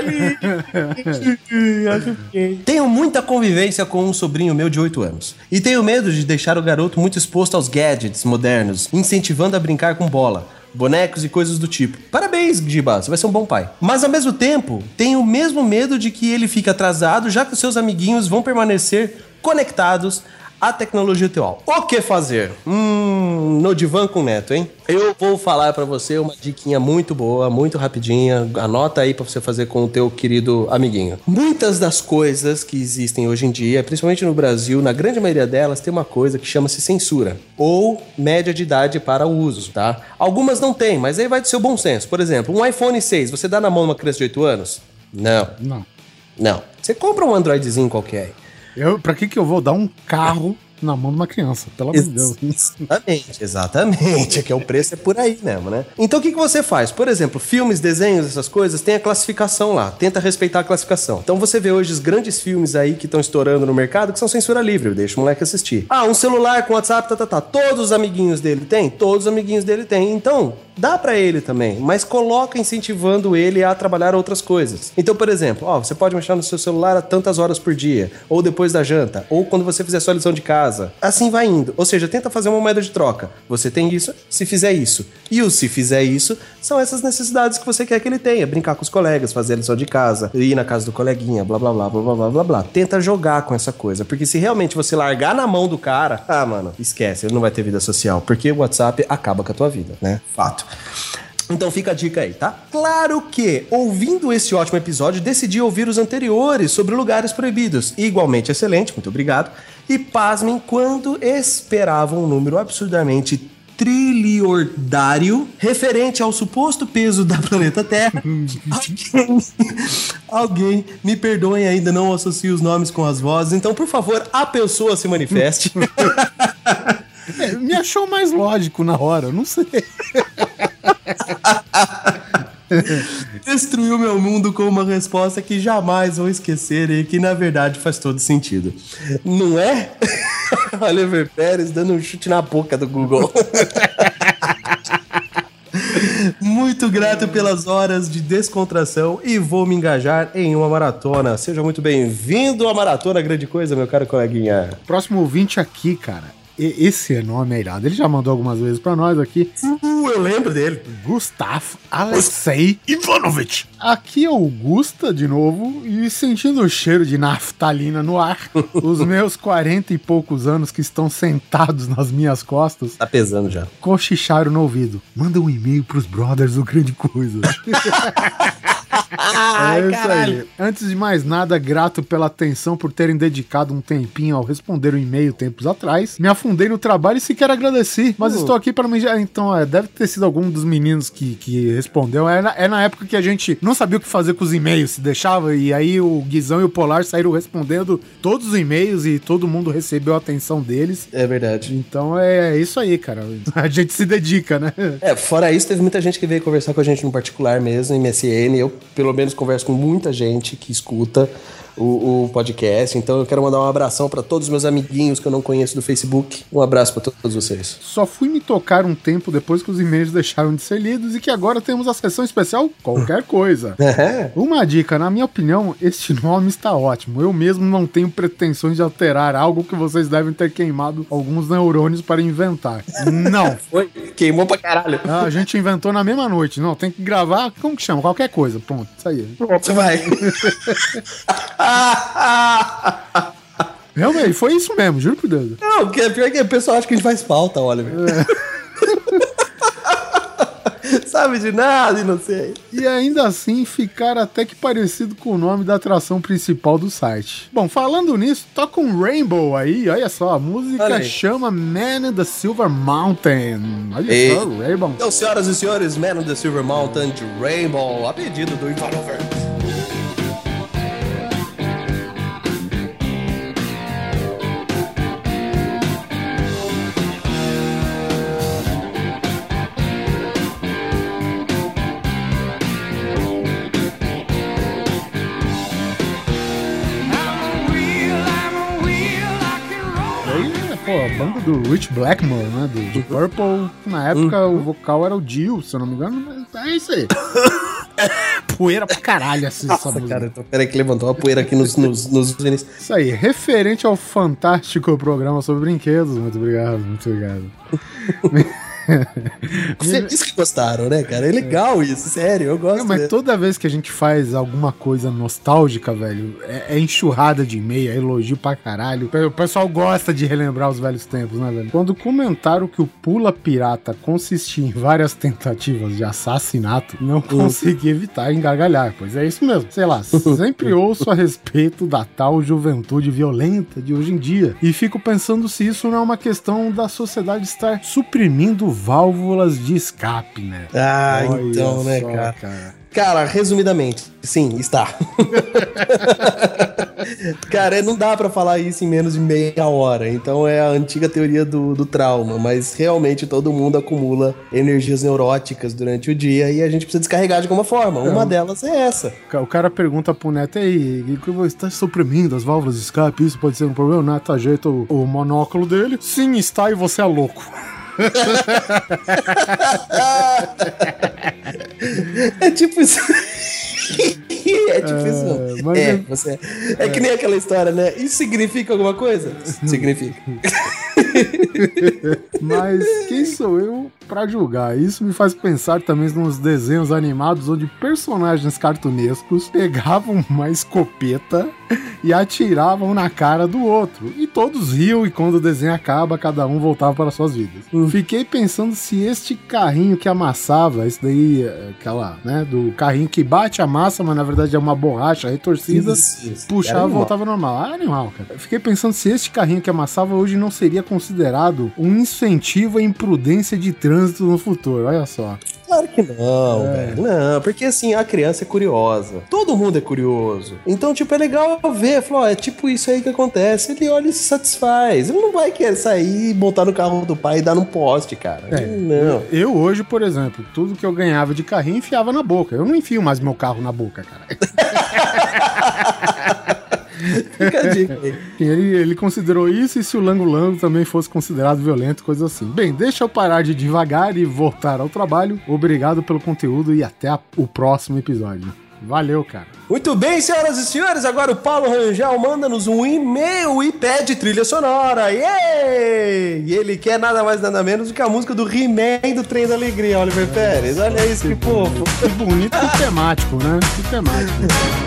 Tenho muita convivência com um sobrinho meu de 8 anos. E tenho medo de deixar o garoto muito exposto aos gadgets modernos, incentivando a brincar com bola, bonecos e coisas do tipo. Parabéns, Giba, você vai ser um bom pai. Mas ao mesmo tempo, tenho o mesmo medo de que ele fique atrasado, já que os seus amiguinhos vão permanecer conectados a tecnologia atual. O que fazer? No divã com o Neto, hein? Eu vou falar pra você uma diquinha muito boa, muito rapidinha. Anota aí pra você fazer com o teu querido amiguinho. Muitas das coisas que existem hoje em dia, principalmente no Brasil, na grande maioria delas, tem uma coisa que chama-se censura ou média de idade para o uso, tá? Algumas não tem, mas aí vai do seu bom senso. Por exemplo, um iPhone 6, você dá na mão de uma criança de 8 anos? Não. Você compra um Androidzinho qualquer.
Pra que eu vou dar um carro na mão de uma criança? Pelo amor de Deus.
Exatamente. Que o preço é por aí mesmo, né? Então o que você faz? Por exemplo, filmes, desenhos, essas coisas, tem a classificação lá. Tenta respeitar a classificação. Então você vê hoje os grandes filmes aí que estão estourando no mercado que são censura livre. Deixa o moleque assistir. Um celular com WhatsApp, Todos os amiguinhos dele têm? Todos os amiguinhos dele têm. Então, dá pra ele também, mas coloca incentivando ele a trabalhar outras coisas. Então, por exemplo, você pode mexer no seu celular a tantas horas por dia, ou depois da janta, ou quando você fizer sua lição de casa. Assim vai indo. Ou seja, tenta fazer uma moeda de troca. Você tem isso, se fizer isso. E o se fizer isso, são essas necessidades que você quer que ele tenha. Brincar com os colegas, fazer a lição de casa, ir na casa do coleguinha, blá, blá, blá, blá, blá, blá, blá, blá. Tenta jogar com essa coisa, porque se realmente você largar na mão do cara, mano, esquece, ele não vai ter vida social, porque o WhatsApp acaba com a tua vida, né? Fato. Então fica a dica aí, tá? Claro que, ouvindo esse ótimo episódio, decidi ouvir os anteriores sobre lugares proibidos. Igualmente excelente, muito obrigado. E pasmem quando esperavam um número absurdamente trilhardário referente ao suposto peso da planeta Terra. Alguém me perdoem, ainda não associo os nomes com as vozes, então, por favor, a pessoa se manifeste.
Me achou mais lógico na hora, eu não sei.
Destruiu meu mundo com uma resposta que jamais vou esquecer e que na verdade faz todo sentido. Não é? Oliver Pérez dando um chute na boca do Google. Muito grato pelas horas de descontração e vou me engajar em uma maratona. Seja muito bem-vindo à maratona, grande coisa, meu caro coleguinha.
Próximo ouvinte aqui, cara. Esse nome é irado. Ele já mandou algumas vezes pra nós aqui.
Eu lembro dele.
Gustav Alexei Ivanovich. Aqui é o Gusta de novo e sentindo o cheiro de naftalina no ar. Os meus 40 e poucos anos que estão sentados nas minhas costas.
Tá pesando já.
Cochicharam no ouvido. Manda um e-mail pros brothers do Grande Coisa.
Ai, isso caralho.
Aí. Antes de mais nada, grato pela atenção, por terem dedicado um tempinho ao responder o e-mail tempos atrás. Me afundei no trabalho e sequer agradeci, mas estou aqui para me... Então, deve ter sido algum dos meninos que respondeu. É na época que a gente não sabia o que fazer com os e-mails, se deixava, e aí o Guizão e o Polar saíram respondendo todos os e-mails e todo mundo recebeu a atenção deles.
É verdade.
Então é isso aí, cara. A gente se dedica, né?
Fora isso, teve muita gente que veio conversar com a gente no particular mesmo, em MSN. Eu, pelo menos, converso com muita gente que escuta o podcast, então eu quero mandar um abração para todos os meus amiguinhos que eu não conheço do Facebook. Um abraço para todos vocês.
Só fui me tocar um tempo depois que os e-mails deixaram de ser lidos e que agora temos a seção especial qualquer coisa. Uma dica, na minha opinião, este nome está ótimo. Eu mesmo não tenho pretensões de alterar algo que vocês devem ter queimado alguns neurônios para inventar. Não.
Foi, queimou pra caralho.
A gente inventou na mesma noite. Não, tem que gravar, como que chama? Qualquer coisa, pronto, isso aí.
Pronto, vai.
Realmente, foi isso mesmo, juro por Deus.
Não, porque é pior que o pessoal acha que a gente faz pauta, Oliver. Sabe de nada e não sei.
E ainda assim ficar até que parecido com o nome da atração principal do site. Bom, falando nisso, toca um Rainbow aí, olha só, a música chama Man in the Silver Mountain. Olha só, Rainbow.
Então, senhoras e senhores, Man in the Silver Mountain de Rainbow, a pedido do Ivanovich.
A banda do Rich Blackmore, né? Do Purple. Na época o vocal era o Dio, se eu não me engano. Mas é isso aí. Poeira pra caralho essa música.
Cara, peraí que levantou uma poeira aqui nos
Isso aí, referente ao fantástico programa sobre brinquedos. Muito obrigado, muito obrigado.
Feliz que gostaram, né, cara? É legal isso, sério, eu gosto.
Não, mas toda vez que a gente faz alguma coisa nostálgica, velho, é enxurrada de e-mail, é elogio pra caralho. O pessoal gosta de relembrar os velhos tempos, né, velho? Quando comentaram que o Pula Pirata consistia em várias tentativas de assassinato, não consegui evitar engargalhar, pois é isso mesmo. Sei lá, sempre ouço a respeito da tal juventude violenta de hoje em dia e fico pensando se isso não é uma questão da sociedade estar suprimindo válvulas de escape, né?
Ah,
Olha
então, né,
só,
cara? Cara, resumidamente, sim, está. Cara, não dá pra falar isso em menos de meia hora. Então é a antiga teoria do trauma. Mas realmente todo mundo acumula energias neuróticas durante o dia e a gente precisa descarregar de alguma forma. Uma delas é essa.
O cara pergunta pro Neto, aí, você está suprimindo as válvulas de escape? Isso pode ser um problema? O Neto ajeita o monóculo dele. Sim, está, e você é louco.
É tipo isso. É tipo isso.
Mas
É que nem aquela história, né? Isso significa alguma coisa? Significa.
Mas quem sou eu pra julgar? Isso me faz pensar também nos desenhos animados onde personagens cartunescos pegavam uma escopeta e atiravam na cara do outro. E todos riam e quando o desenho acaba, cada um voltava para suas vidas. Fiquei pensando se este carrinho que amassava, esse daí, aquela, né, do carrinho que bate a massa, mas na verdade é uma borracha retorcida,
Isso.
puxava e voltava normal. Ah, animal, cara. Fiquei pensando se este carrinho que amassava hoje não seria considerado um incentivo à imprudência de trânsito no futuro. Olha só.
Claro que não, velho. Não, porque assim, a criança é curiosa. Todo mundo é curioso. Então, tipo, é legal ver. Falou, é tipo isso aí que acontece. Ele olha e se satisfaz. Ele não vai querer sair, botar no carro do pai e dar num poste, cara. Não.
Eu hoje, por exemplo, tudo que eu ganhava de carrinho enfiava na boca. Eu não enfio mais meu carro na boca, cara.
Fica a dica aí.
Ele considerou isso e se o Lango Lango também fosse considerado violento, coisa assim. Bem, deixa eu parar de devagar e voltar ao trabalho. Obrigado pelo conteúdo e até o próximo episódio. Valeu, cara.
Muito bem, senhoras e senhores, agora o Paulo Rangel manda-nos um e-mail e pede trilha sonora. Yay! E ele quer nada mais nada menos do que a música do He-Man do Trem da Alegria, Oliver Pérez. Olha isso, que fofo.
Que bonito e temático, né? Que temático.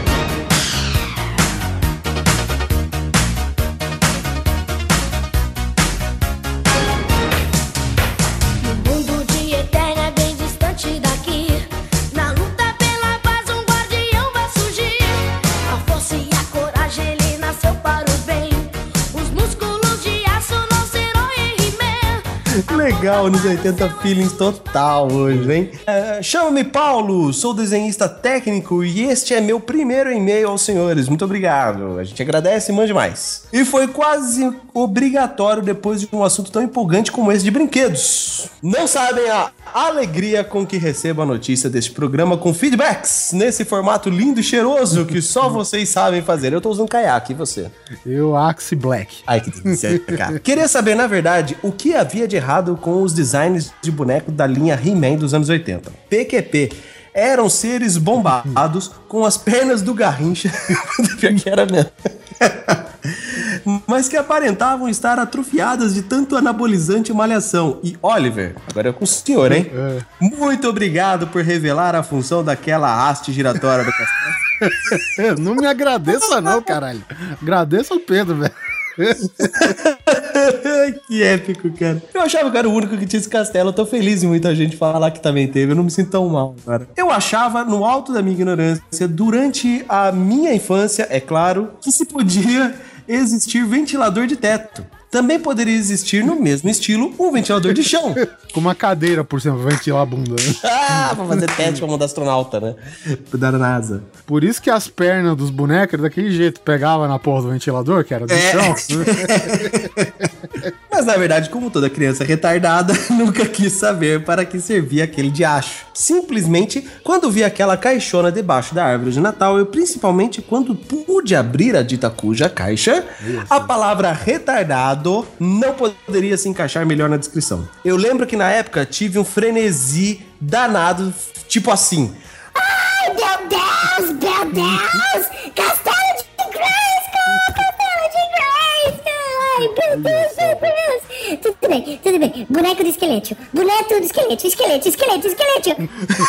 Legal, nos 80 feelings total hoje, hein? Chama-me Paulo, sou desenhista técnico e este é meu primeiro e-mail aos senhores. Muito obrigado. A gente agradece e mande mais. E foi quase obrigatório depois de um assunto tão empolgante como esse de brinquedos. Não sabem a alegria com que recebo a notícia deste programa com feedbacks nesse formato lindo e cheiroso que só vocês sabem fazer. Eu tô usando caiaque, e você?
Eu, Axe Black.
Ai, que delícia, cara. Queria saber, na verdade, o que havia de errado com os designs de boneco da linha He-Man dos anos 80. PQP. Eram seres bombados com as pernas do Garrincha. Pior que era mesmo. Mas que aparentavam estar atrofiadas de tanto anabolizante e malhação. E Oliver, agora é com o senhor, hein? Muito obrigado por revelar a função daquela haste giratória do castelo.
Não me agradeça não, caralho. Agradeça o Pedro, velho.
Que épico, cara. Eu achava que era o único que tinha esse castelo. Eu tô feliz em muita gente falar que também teve. Eu não me sinto tão mal, cara. Eu achava, no alto da minha ignorância, durante a minha infância, é claro, que se podia existir ventilador de teto. Também poderia existir, no mesmo estilo, um ventilador de chão.
Com uma cadeira por cima pra ventilar a bunda.
Pra fazer teste pra mandar astronauta, né? Da NASA.
Por isso que as pernas dos bonecos eram daquele jeito. Pegava na porra do ventilador, que era do chão.
Mas, na verdade, como toda criança retardada, nunca quis saber para que servia aquele diacho. Simplesmente, quando vi aquela caixona debaixo da árvore de Natal, eu principalmente quando pude abrir a dita cuja caixa, a palavra retardado não poderia se encaixar melhor na descrição. Eu lembro que na época tive um frenesi danado, tipo assim.
Ai, meu Deus, meu Deus! Castelo de Grayskull! Castelo de Grayskull! Ai, pelo Meu Deus, meu Deus. Tudo bem. Boneco do esqueleto. Boneco do esqueleto. Esqueleto.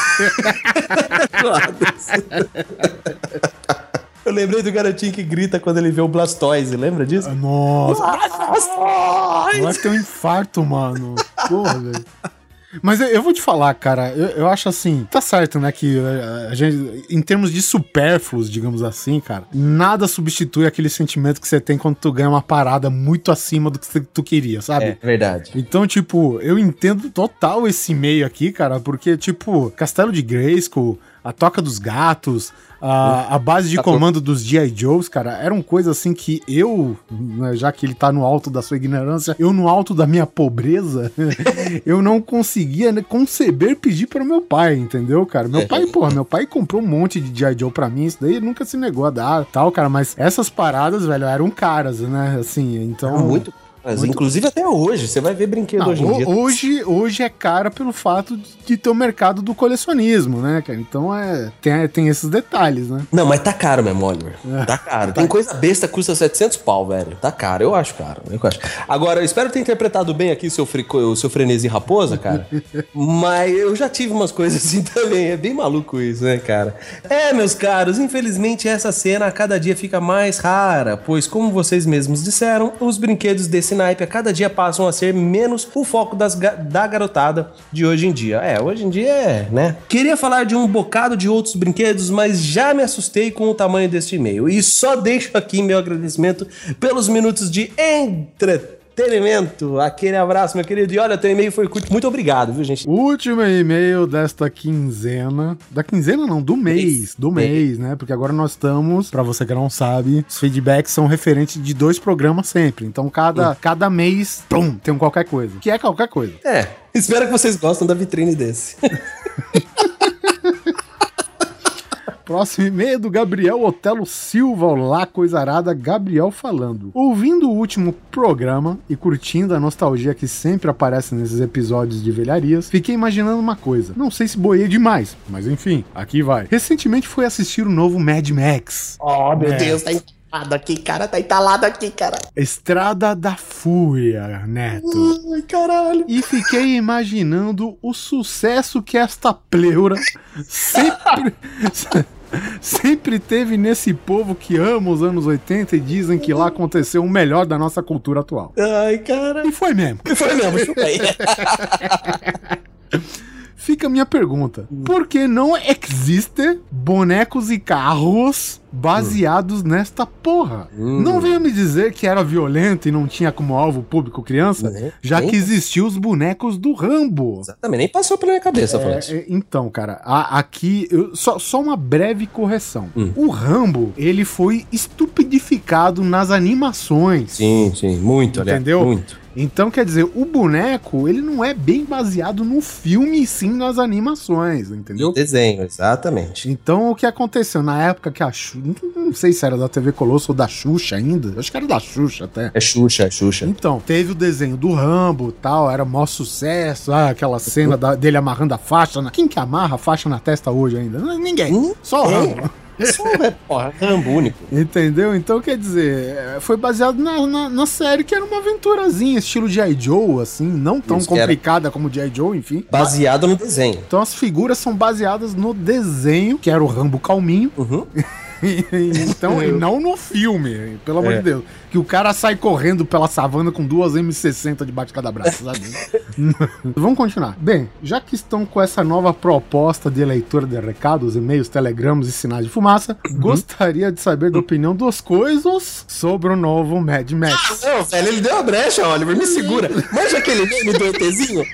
Eu lembrei do garotinho que grita quando ele vê o Blastoise, lembra disso?
Nossa. Vai ter um infarto, mano. Porra, velho. Mas eu vou te falar, cara, eu acho assim, tá certo, né, que a gente, em termos de supérfluos, digamos assim, cara, nada substitui aquele sentimento que você tem quando tu ganha uma parada muito acima do que tu queria, sabe?
É verdade.
Então, tipo, eu entendo total esse meio aqui, cara, porque, tipo, Castelo de Grayskull, a Toca dos Gatos, a base de comando dos G.I. Joes, cara, eram coisas assim que eu, né, já que ele tá no alto da sua ignorância, eu no alto da minha pobreza, eu não conseguia, né, conceber pedir para o meu pai, entendeu, cara? Meu pai comprou um monte de G.I. Joe pra mim, isso daí ele nunca se negou a dar, tal, cara, mas essas paradas, velho, eram caras, né, assim, então...
Muito. Mas, inclusive até hoje, você vai ver brinquedo hoje em dia.
Hoje é cara pelo fato de ter o mercado do colecionismo, né, cara? Então tem esses detalhes, né?
Não, mas tá caro mesmo, Oliver. Tá caro. Tem coisa besta que custa 700 pau, velho. Tá caro, eu acho caro. Agora, eu espero ter interpretado bem aqui o seu frenesi raposa, cara. Mas eu já tive umas coisas assim também. É bem maluco isso, né, cara? Meus caros, infelizmente essa cena a cada dia fica mais rara, pois, como vocês mesmos disseram, os brinquedos desse naipe a cada dia passam a ser menos o foco da garotada de hoje em dia. Hoje em dia né? Queria falar de um bocado de outros brinquedos, mas já me assustei com o tamanho deste e-mail. E só deixo aqui meu agradecimento pelos minutos de entretenimento. Aquele abraço, meu querido. E olha, teu e-mail foi curto. Muito obrigado, viu, gente?
Último e-mail desta quinzena. Da quinzena não, do mês. Do mês, né? Porque agora nós estamos, pra você que não sabe, os feedbacks são referentes de 2 programas sempre. Então cada mês, pum, tem um qualquer coisa. Que é qualquer coisa.
Espero que vocês gostem da vitrine desse.
Próximo e-mail do Gabriel Otelo Silva. Olá, coisa arada, Gabriel falando. Ouvindo o último programa e curtindo a nostalgia que sempre aparece nesses episódios de velharias, fiquei imaginando uma coisa. Não sei se boiei demais, mas enfim, aqui vai. Recentemente fui assistir o novo Mad Max.
Oh, meu Deus, tá entalado aqui, cara. Tá entalado aqui, cara.
Estrada da Fúria, Neto.
Ai, caralho.
E fiquei imaginando o sucesso que esta pleura sempre teve nesse povo que ama os anos 80 e dizem que lá aconteceu o melhor da nossa cultura atual.
Ai, cara.
E foi mesmo.
Chupa aí.
Fica a minha pergunta. Por que não existe bonecos e carros baseados nesta porra? Não venha me dizer que era violento e não tinha como alvo público criança, já que existiam os bonecos do Rambo.
Exatamente, nem passou pela minha cabeça,
então, cara, aqui, só uma breve correção. O Rambo, ele foi estupidificado nas animações.
Sim, muito,
entendeu?
Aliás, muito.
Então, quer dizer, o boneco, ele não é bem baseado no filme, e sim nas animações, entendeu?
Desenho, exatamente.
Então, o que aconteceu? Na época que a Xuxa, não sei se era da TV Colosso ou da Xuxa ainda, acho que era da Xuxa até.
É Xuxa.
Então, teve o desenho do Rambo e tal, era maior sucesso, aquela cena dele amarrando a faixa. Quem que amarra a faixa na testa hoje ainda? Ninguém, só o Rambo.
Rambo único.
Entendeu? Então, quer dizer, foi baseado na série, que era uma aventurazinha, estilo G.I. Joe, assim, não tão complicada como G.I. Joe, enfim.
Baseado no desenho.
Então as figuras são baseadas no desenho, que era o Rambo calminho. Então, e não no filme, pelo amor de Deus. Que o cara sai correndo pela savana com 2 M60 debaixo de cada braço, sabe? Vamos continuar. Bem, já que estão com essa nova proposta de leitura de recados, e-mails, telegramas e sinais de fumaça, gostaria de saber da opinião dos coisas sobre o novo Mad Max.
Não, velho, ele deu a brecha, Oliver, me segura. Manja aquele meme do ETzinho?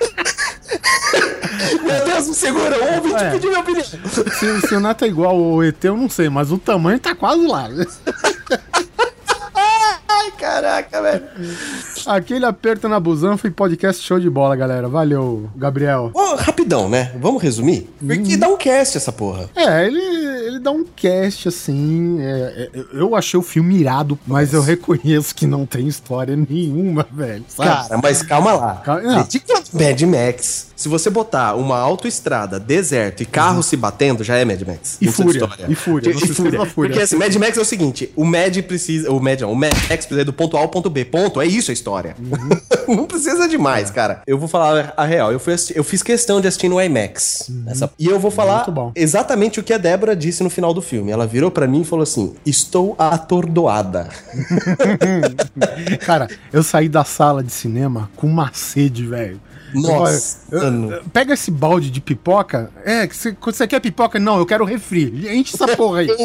Meu Deus, me segura, o ouvinte pediu minha opinião.
Se o Neto é igual ao ET, eu não sei, mas o tamanho tá quase lá.
Ai, caraca, velho.
Aquele aperto na busanfa e podcast show de bola, galera. Valeu, Gabriel.
Rapidão, né? Vamos resumir? Porque dá um cast essa porra.
Ele dá um cast, assim. Eu achei o filme irado, mas eu reconheço que não tem história nenhuma, velho. Sabe?
Cara, mas calma lá. Mad Max. Se você botar uma autoestrada, deserto e carro se batendo, já é Mad Max.
E fúria. E fúria.
Porque assim, Mad Max é o seguinte, o Max precisa ir do ponto A ao ponto B. Ponto, é isso a história. Não precisa de mais, cara. Eu vou falar a real. Eu fiz questão de assistir no IMAX. E eu vou falar exatamente o que a Débora disse no final do filme. Ela virou pra mim e falou assim, estou atordoada.
Cara, eu saí da sala de cinema com uma sede, velho.
Nossa.
Pega esse balde de pipoca. Quando você quer pipoca, não, eu quero refri. Enche essa porra aí.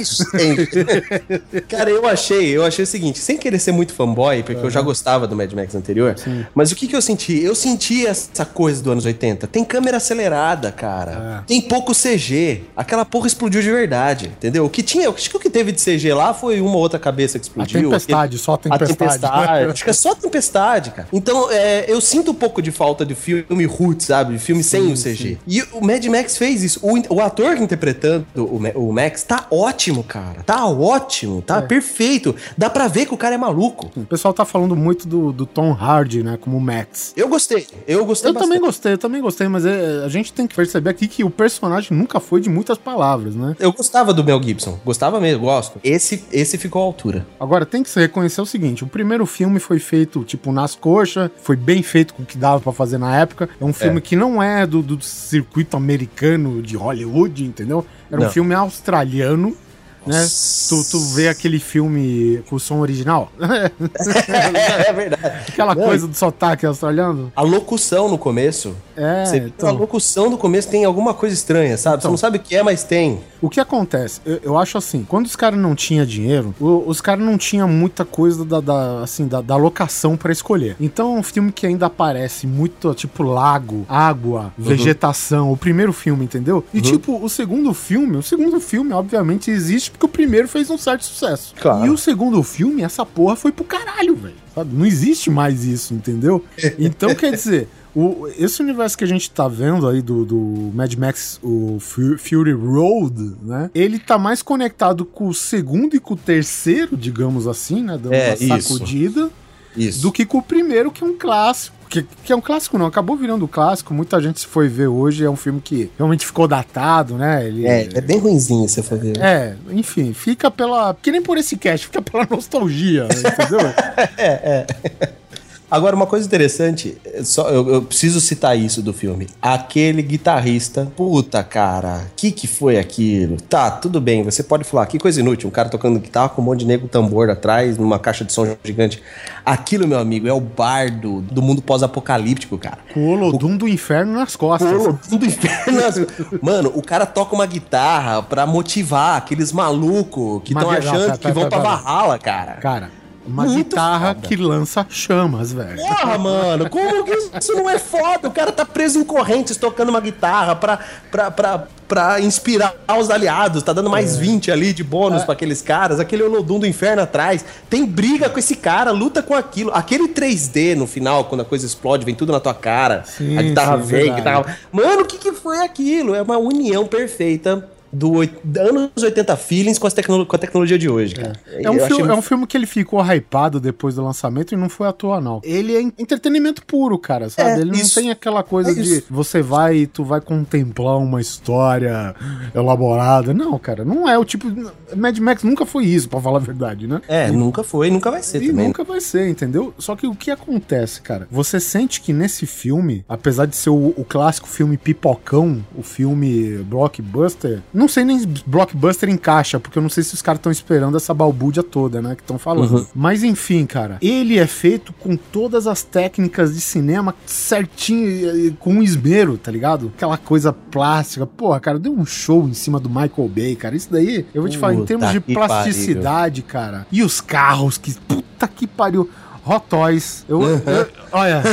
Cara, eu achei o seguinte, sem querer ser muito fanboy, porque eu já gostava do Mad Max anterior, mas o que eu senti? Eu senti essa coisa dos anos 80. Tem câmera acelerada, cara. Tem pouco CG. Aquela porra explodiu de verdade, entendeu? Acho que o que teve de CG lá foi uma ou outra cabeça que explodiu.
Só tempestade.
Acho que é só tempestade, cara. Então, eu sinto um pouco de falta de filme roots, sabe? Filme sem o CG. E o Mad Max fez isso. O ator interpretando o Max tá ótimo, cara. Tá ótimo. Tá perfeito. Dá pra ver que o cara é maluco.
O pessoal tá falando muito do Tom Hardy, né? Como Max.
Eu gostei bastante.
Também gostei, mas a gente tem que perceber aqui que o personagem nunca foi de muitas palavras, né?
Eu gostava do Mel Gibson. Gostava mesmo, gosto. Esse ficou à altura.
Agora, tem que se reconhecer o seguinte, o primeiro filme foi feito, tipo, nas coxas, foi bem feito com o que dava pra fazer na época. É um filme que não é do circuito americano de Hollywood, entendeu? Era um filme australiano, né? Tu vê aquele filme com o som original?
É verdade.
Aquela coisa do sotaque australiano.
A locução no começo. A locução do começo tem alguma coisa estranha, sabe? Você não sabe o que é, mas tem.
O que acontece? Eu acho assim, quando os caras não tinham dinheiro, os caras não tinham muita coisa da locação pra escolher. Então é um filme que ainda aparece muito, tipo, lago, água, vegetação. O primeiro filme, entendeu? E tipo, o segundo filme, obviamente, existe porque o primeiro fez um certo sucesso. Claro. E o segundo filme, essa porra foi pro caralho, velho. Não existe mais isso, entendeu? Então, quer dizer, esse universo que a gente tá vendo aí do Mad Max, o Fury Road, né? Ele tá mais conectado com o segundo e com o terceiro, digamos assim, né? Dando uma sacudida. Isso. Do que com o primeiro, que é um clássico. Que é um clássico não, acabou virando clássico, muita gente se foi ver hoje, é um filme que realmente ficou datado, né?
É bem ruimzinho se for ver.
Enfim, fica que nem por esse cast, fica pela nostalgia, entendeu?
Agora, uma coisa interessante, eu preciso citar isso do filme. Aquele guitarrista, puta, cara, que foi aquilo? Tá, tudo bem, você pode falar, que coisa inútil, um cara tocando guitarra com um monte de nego tambor atrás, numa caixa de som gigante. Aquilo, meu amigo, é o bardo do mundo pós-apocalíptico, cara.
Com o Olodum do inferno nas costas.
Com o Olodum do inferno nas costas. Mano, o cara toca uma guitarra pra motivar aqueles malucos que estão achando que vão pra Valhalla, cara.
Cara... Uma muito guitarra foda. Que lança chamas, velho.
Porra, mano, como que isso não é foda? O cara tá preso em correntes tocando uma guitarra pra inspirar os aliados. Tá dando mais 20 ali de bônus pra aqueles caras. Aquele Olodum do inferno atrás. Tem briga com esse cara, luta com aquilo. Aquele 3D no final, quando a coisa explode, vem tudo na tua cara. Sim, a guitarra vem, a guitarra... Mano, o que foi aquilo? É uma união perfeita do anos 80 feelings com a tecnologia de hoje, cara.
É um filme que ele ficou hypado depois do lançamento e não foi à toa, não. Ele é entretenimento puro, cara, sabe? Ele não tem aquela coisa de você vai e tu vai contemplar uma história elaborada. Não, cara, não é o tipo... Mad Max nunca foi isso, pra falar a verdade, né?
Nunca foi e nunca vai ser também.
Nunca vai ser, entendeu? Só que o que acontece, cara? Você sente que nesse filme, apesar de ser o clássico filme pipocão, o filme blockbuster... Não sei nem blockbuster encaixa, porque eu não sei se os caras estão esperando essa balbúrdia toda, né, que estão falando. Mas enfim, cara, ele é feito com todas as técnicas de cinema certinho, com esmero, tá ligado? Aquela coisa plástica. Porra, cara, deu um show em cima do Michael Bay, cara. Isso daí, eu vou te falar, em termos de plasticidade, cara, e os carros, que puta que pariu... Hot Toys. Olha,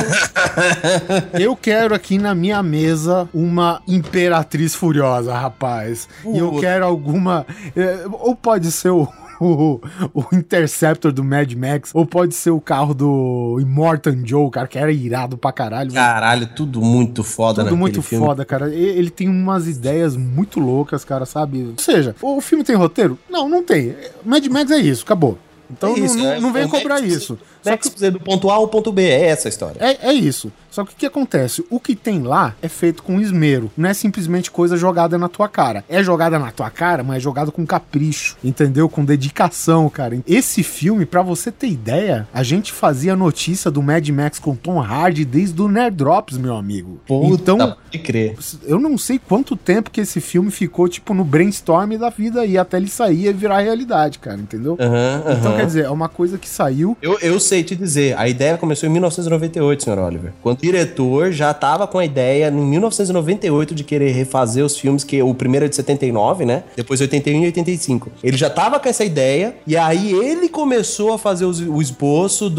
eu quero aqui na minha mesa uma Imperatriz Furiosa, rapaz. E eu quero alguma... Ou pode ser o Interceptor do Mad Max, ou pode ser o carro do Immortan Joe, cara, que era irado pra caralho.
Caralho, tudo muito foda, né?
Tudo muito filme. Foda, cara. Ele tem umas ideias muito loucas, cara, sabe? Ou seja, o filme tem roteiro? Não tem. Mad Max é isso, acabou. Então não vem cobrar isso.
Só que do ponto A ao ponto B, é essa a história.
É isso. Só que o que acontece? O que tem lá é feito com esmero. Não é simplesmente coisa jogada na tua cara. É jogada na tua cara, mas é jogado com capricho, entendeu? Com dedicação, cara. Esse filme, pra você ter ideia, a gente fazia notícia do Mad Max com Tom Hardy desde o Nerd Drops, meu amigo.
Puta, então, pode crer.
Eu não sei quanto tempo que esse filme ficou, tipo, no brainstorm da vida aí, até ele sair e virar realidade, cara, entendeu? Então, quer dizer, é uma coisa que saiu...
Eu sei te dizer, a ideia começou em 1998, senhor Oliver. Quando o diretor já tava com a ideia, em 1998, de querer refazer os filmes, que o primeiro é de 79, né? Depois 81 e 85. Ele já tava com essa ideia, e aí ele começou a fazer o esboço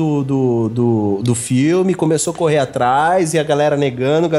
do filme, começou a correr atrás, e a galera negando,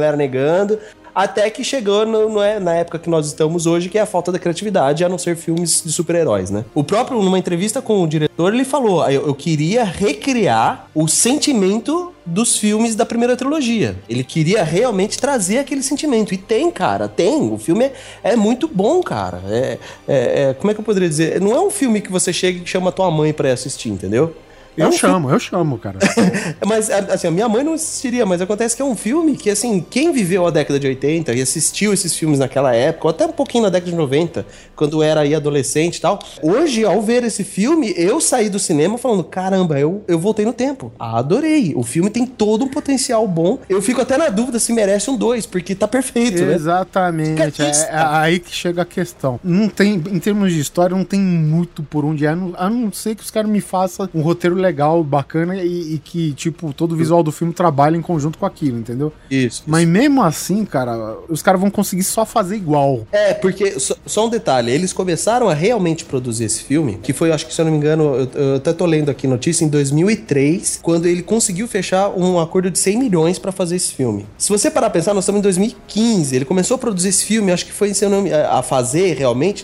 até que chegou na época que nós estamos hoje, que é a falta da criatividade, a não ser filmes de super-heróis, né? O próprio, numa entrevista com o diretor, ele falou, eu queria recriar o sentimento dos filmes da primeira trilogia. Ele queria realmente trazer aquele sentimento. E tem, cara, tem. O filme é muito bom, cara. Como é que eu poderia dizer? Não é um filme que você chega e chama a tua mãe pra assistir, entendeu?
Eu chamo, cara.
Mas, assim, a minha mãe não assistiria, mas acontece que é um filme que, assim, quem viveu a década de 80 e assistiu esses filmes naquela época, ou até um pouquinho na década de 90, quando era aí adolescente e tal, hoje, ao ver esse filme, eu saí do cinema falando, caramba, eu voltei no tempo. Adorei. O filme tem todo um potencial bom. Eu fico até na dúvida se merece um 2, porque tá perfeito, né?
Exatamente. É aí que chega a questão. Não tem, em termos de história, não tem muito por onde ir, a não ser que os caras me façam um roteiro legal, bacana e que, tipo, todo o visual do filme trabalha em conjunto com aquilo, entendeu?
Isso.
Mas mesmo assim, cara, os caras vão conseguir só fazer igual.
Porque, só um detalhe, eles começaram a realmente produzir esse filme, que foi, acho que, se eu não me engano, eu até tô lendo aqui notícia, em 2003, quando ele conseguiu fechar um acordo de 100 milhões pra fazer esse filme. Se você parar pra pensar, nós estamos em 2015, ele começou a produzir esse filme, acho que foi, se eu não, a fazer realmente em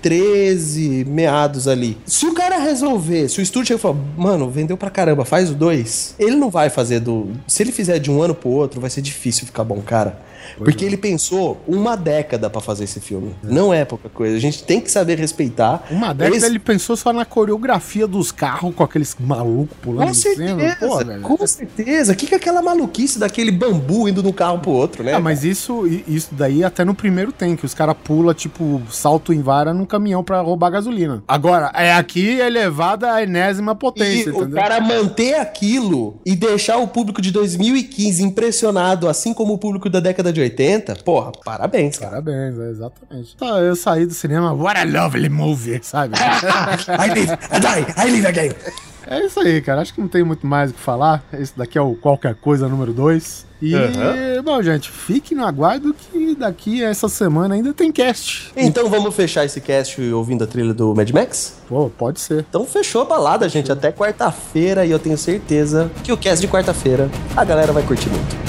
2013, meados ali. Se o cara resolver, se o estúdio chega e falar, mano, vendeu pra caramba, faz o 2, ele não vai fazer se ele fizer de um ano pro outro, vai ser difícil ficar bom, cara. Porque ele pensou uma década pra fazer esse filme. Não é pouca coisa. A gente tem que saber respeitar.
Uma década ele pensou só na coreografia dos carros com aqueles malucos pulando
em cena. Com certeza. O que é aquela maluquice daquele bambu indo de um carro pro outro, né?
Mas isso daí até no primeiro tem, que os caras pulam, tipo, salto em vara num caminhão pra roubar gasolina. Agora, aqui é elevada a enésima potência, entendeu?
O cara manter aquilo e deixar o público de 2015 impressionado, assim como o público da década de 80, porra, parabéns, cara.
Parabéns, exatamente. Tá, eu saí do cinema, what a lovely movie, sabe?
I live again.
É isso aí, cara. Acho que não tem muito mais o que falar. Esse daqui é o Qualquer Coisa número 2. E, bom, gente, fique no aguardo que daqui a essa semana ainda tem cast.
Então vamos fechar esse cast ouvindo a trilha do Mad Max?
Pô, pode ser.
Então fechou a balada, gente. Até quarta-feira e eu tenho certeza que o cast de quarta-feira a galera vai curtir muito.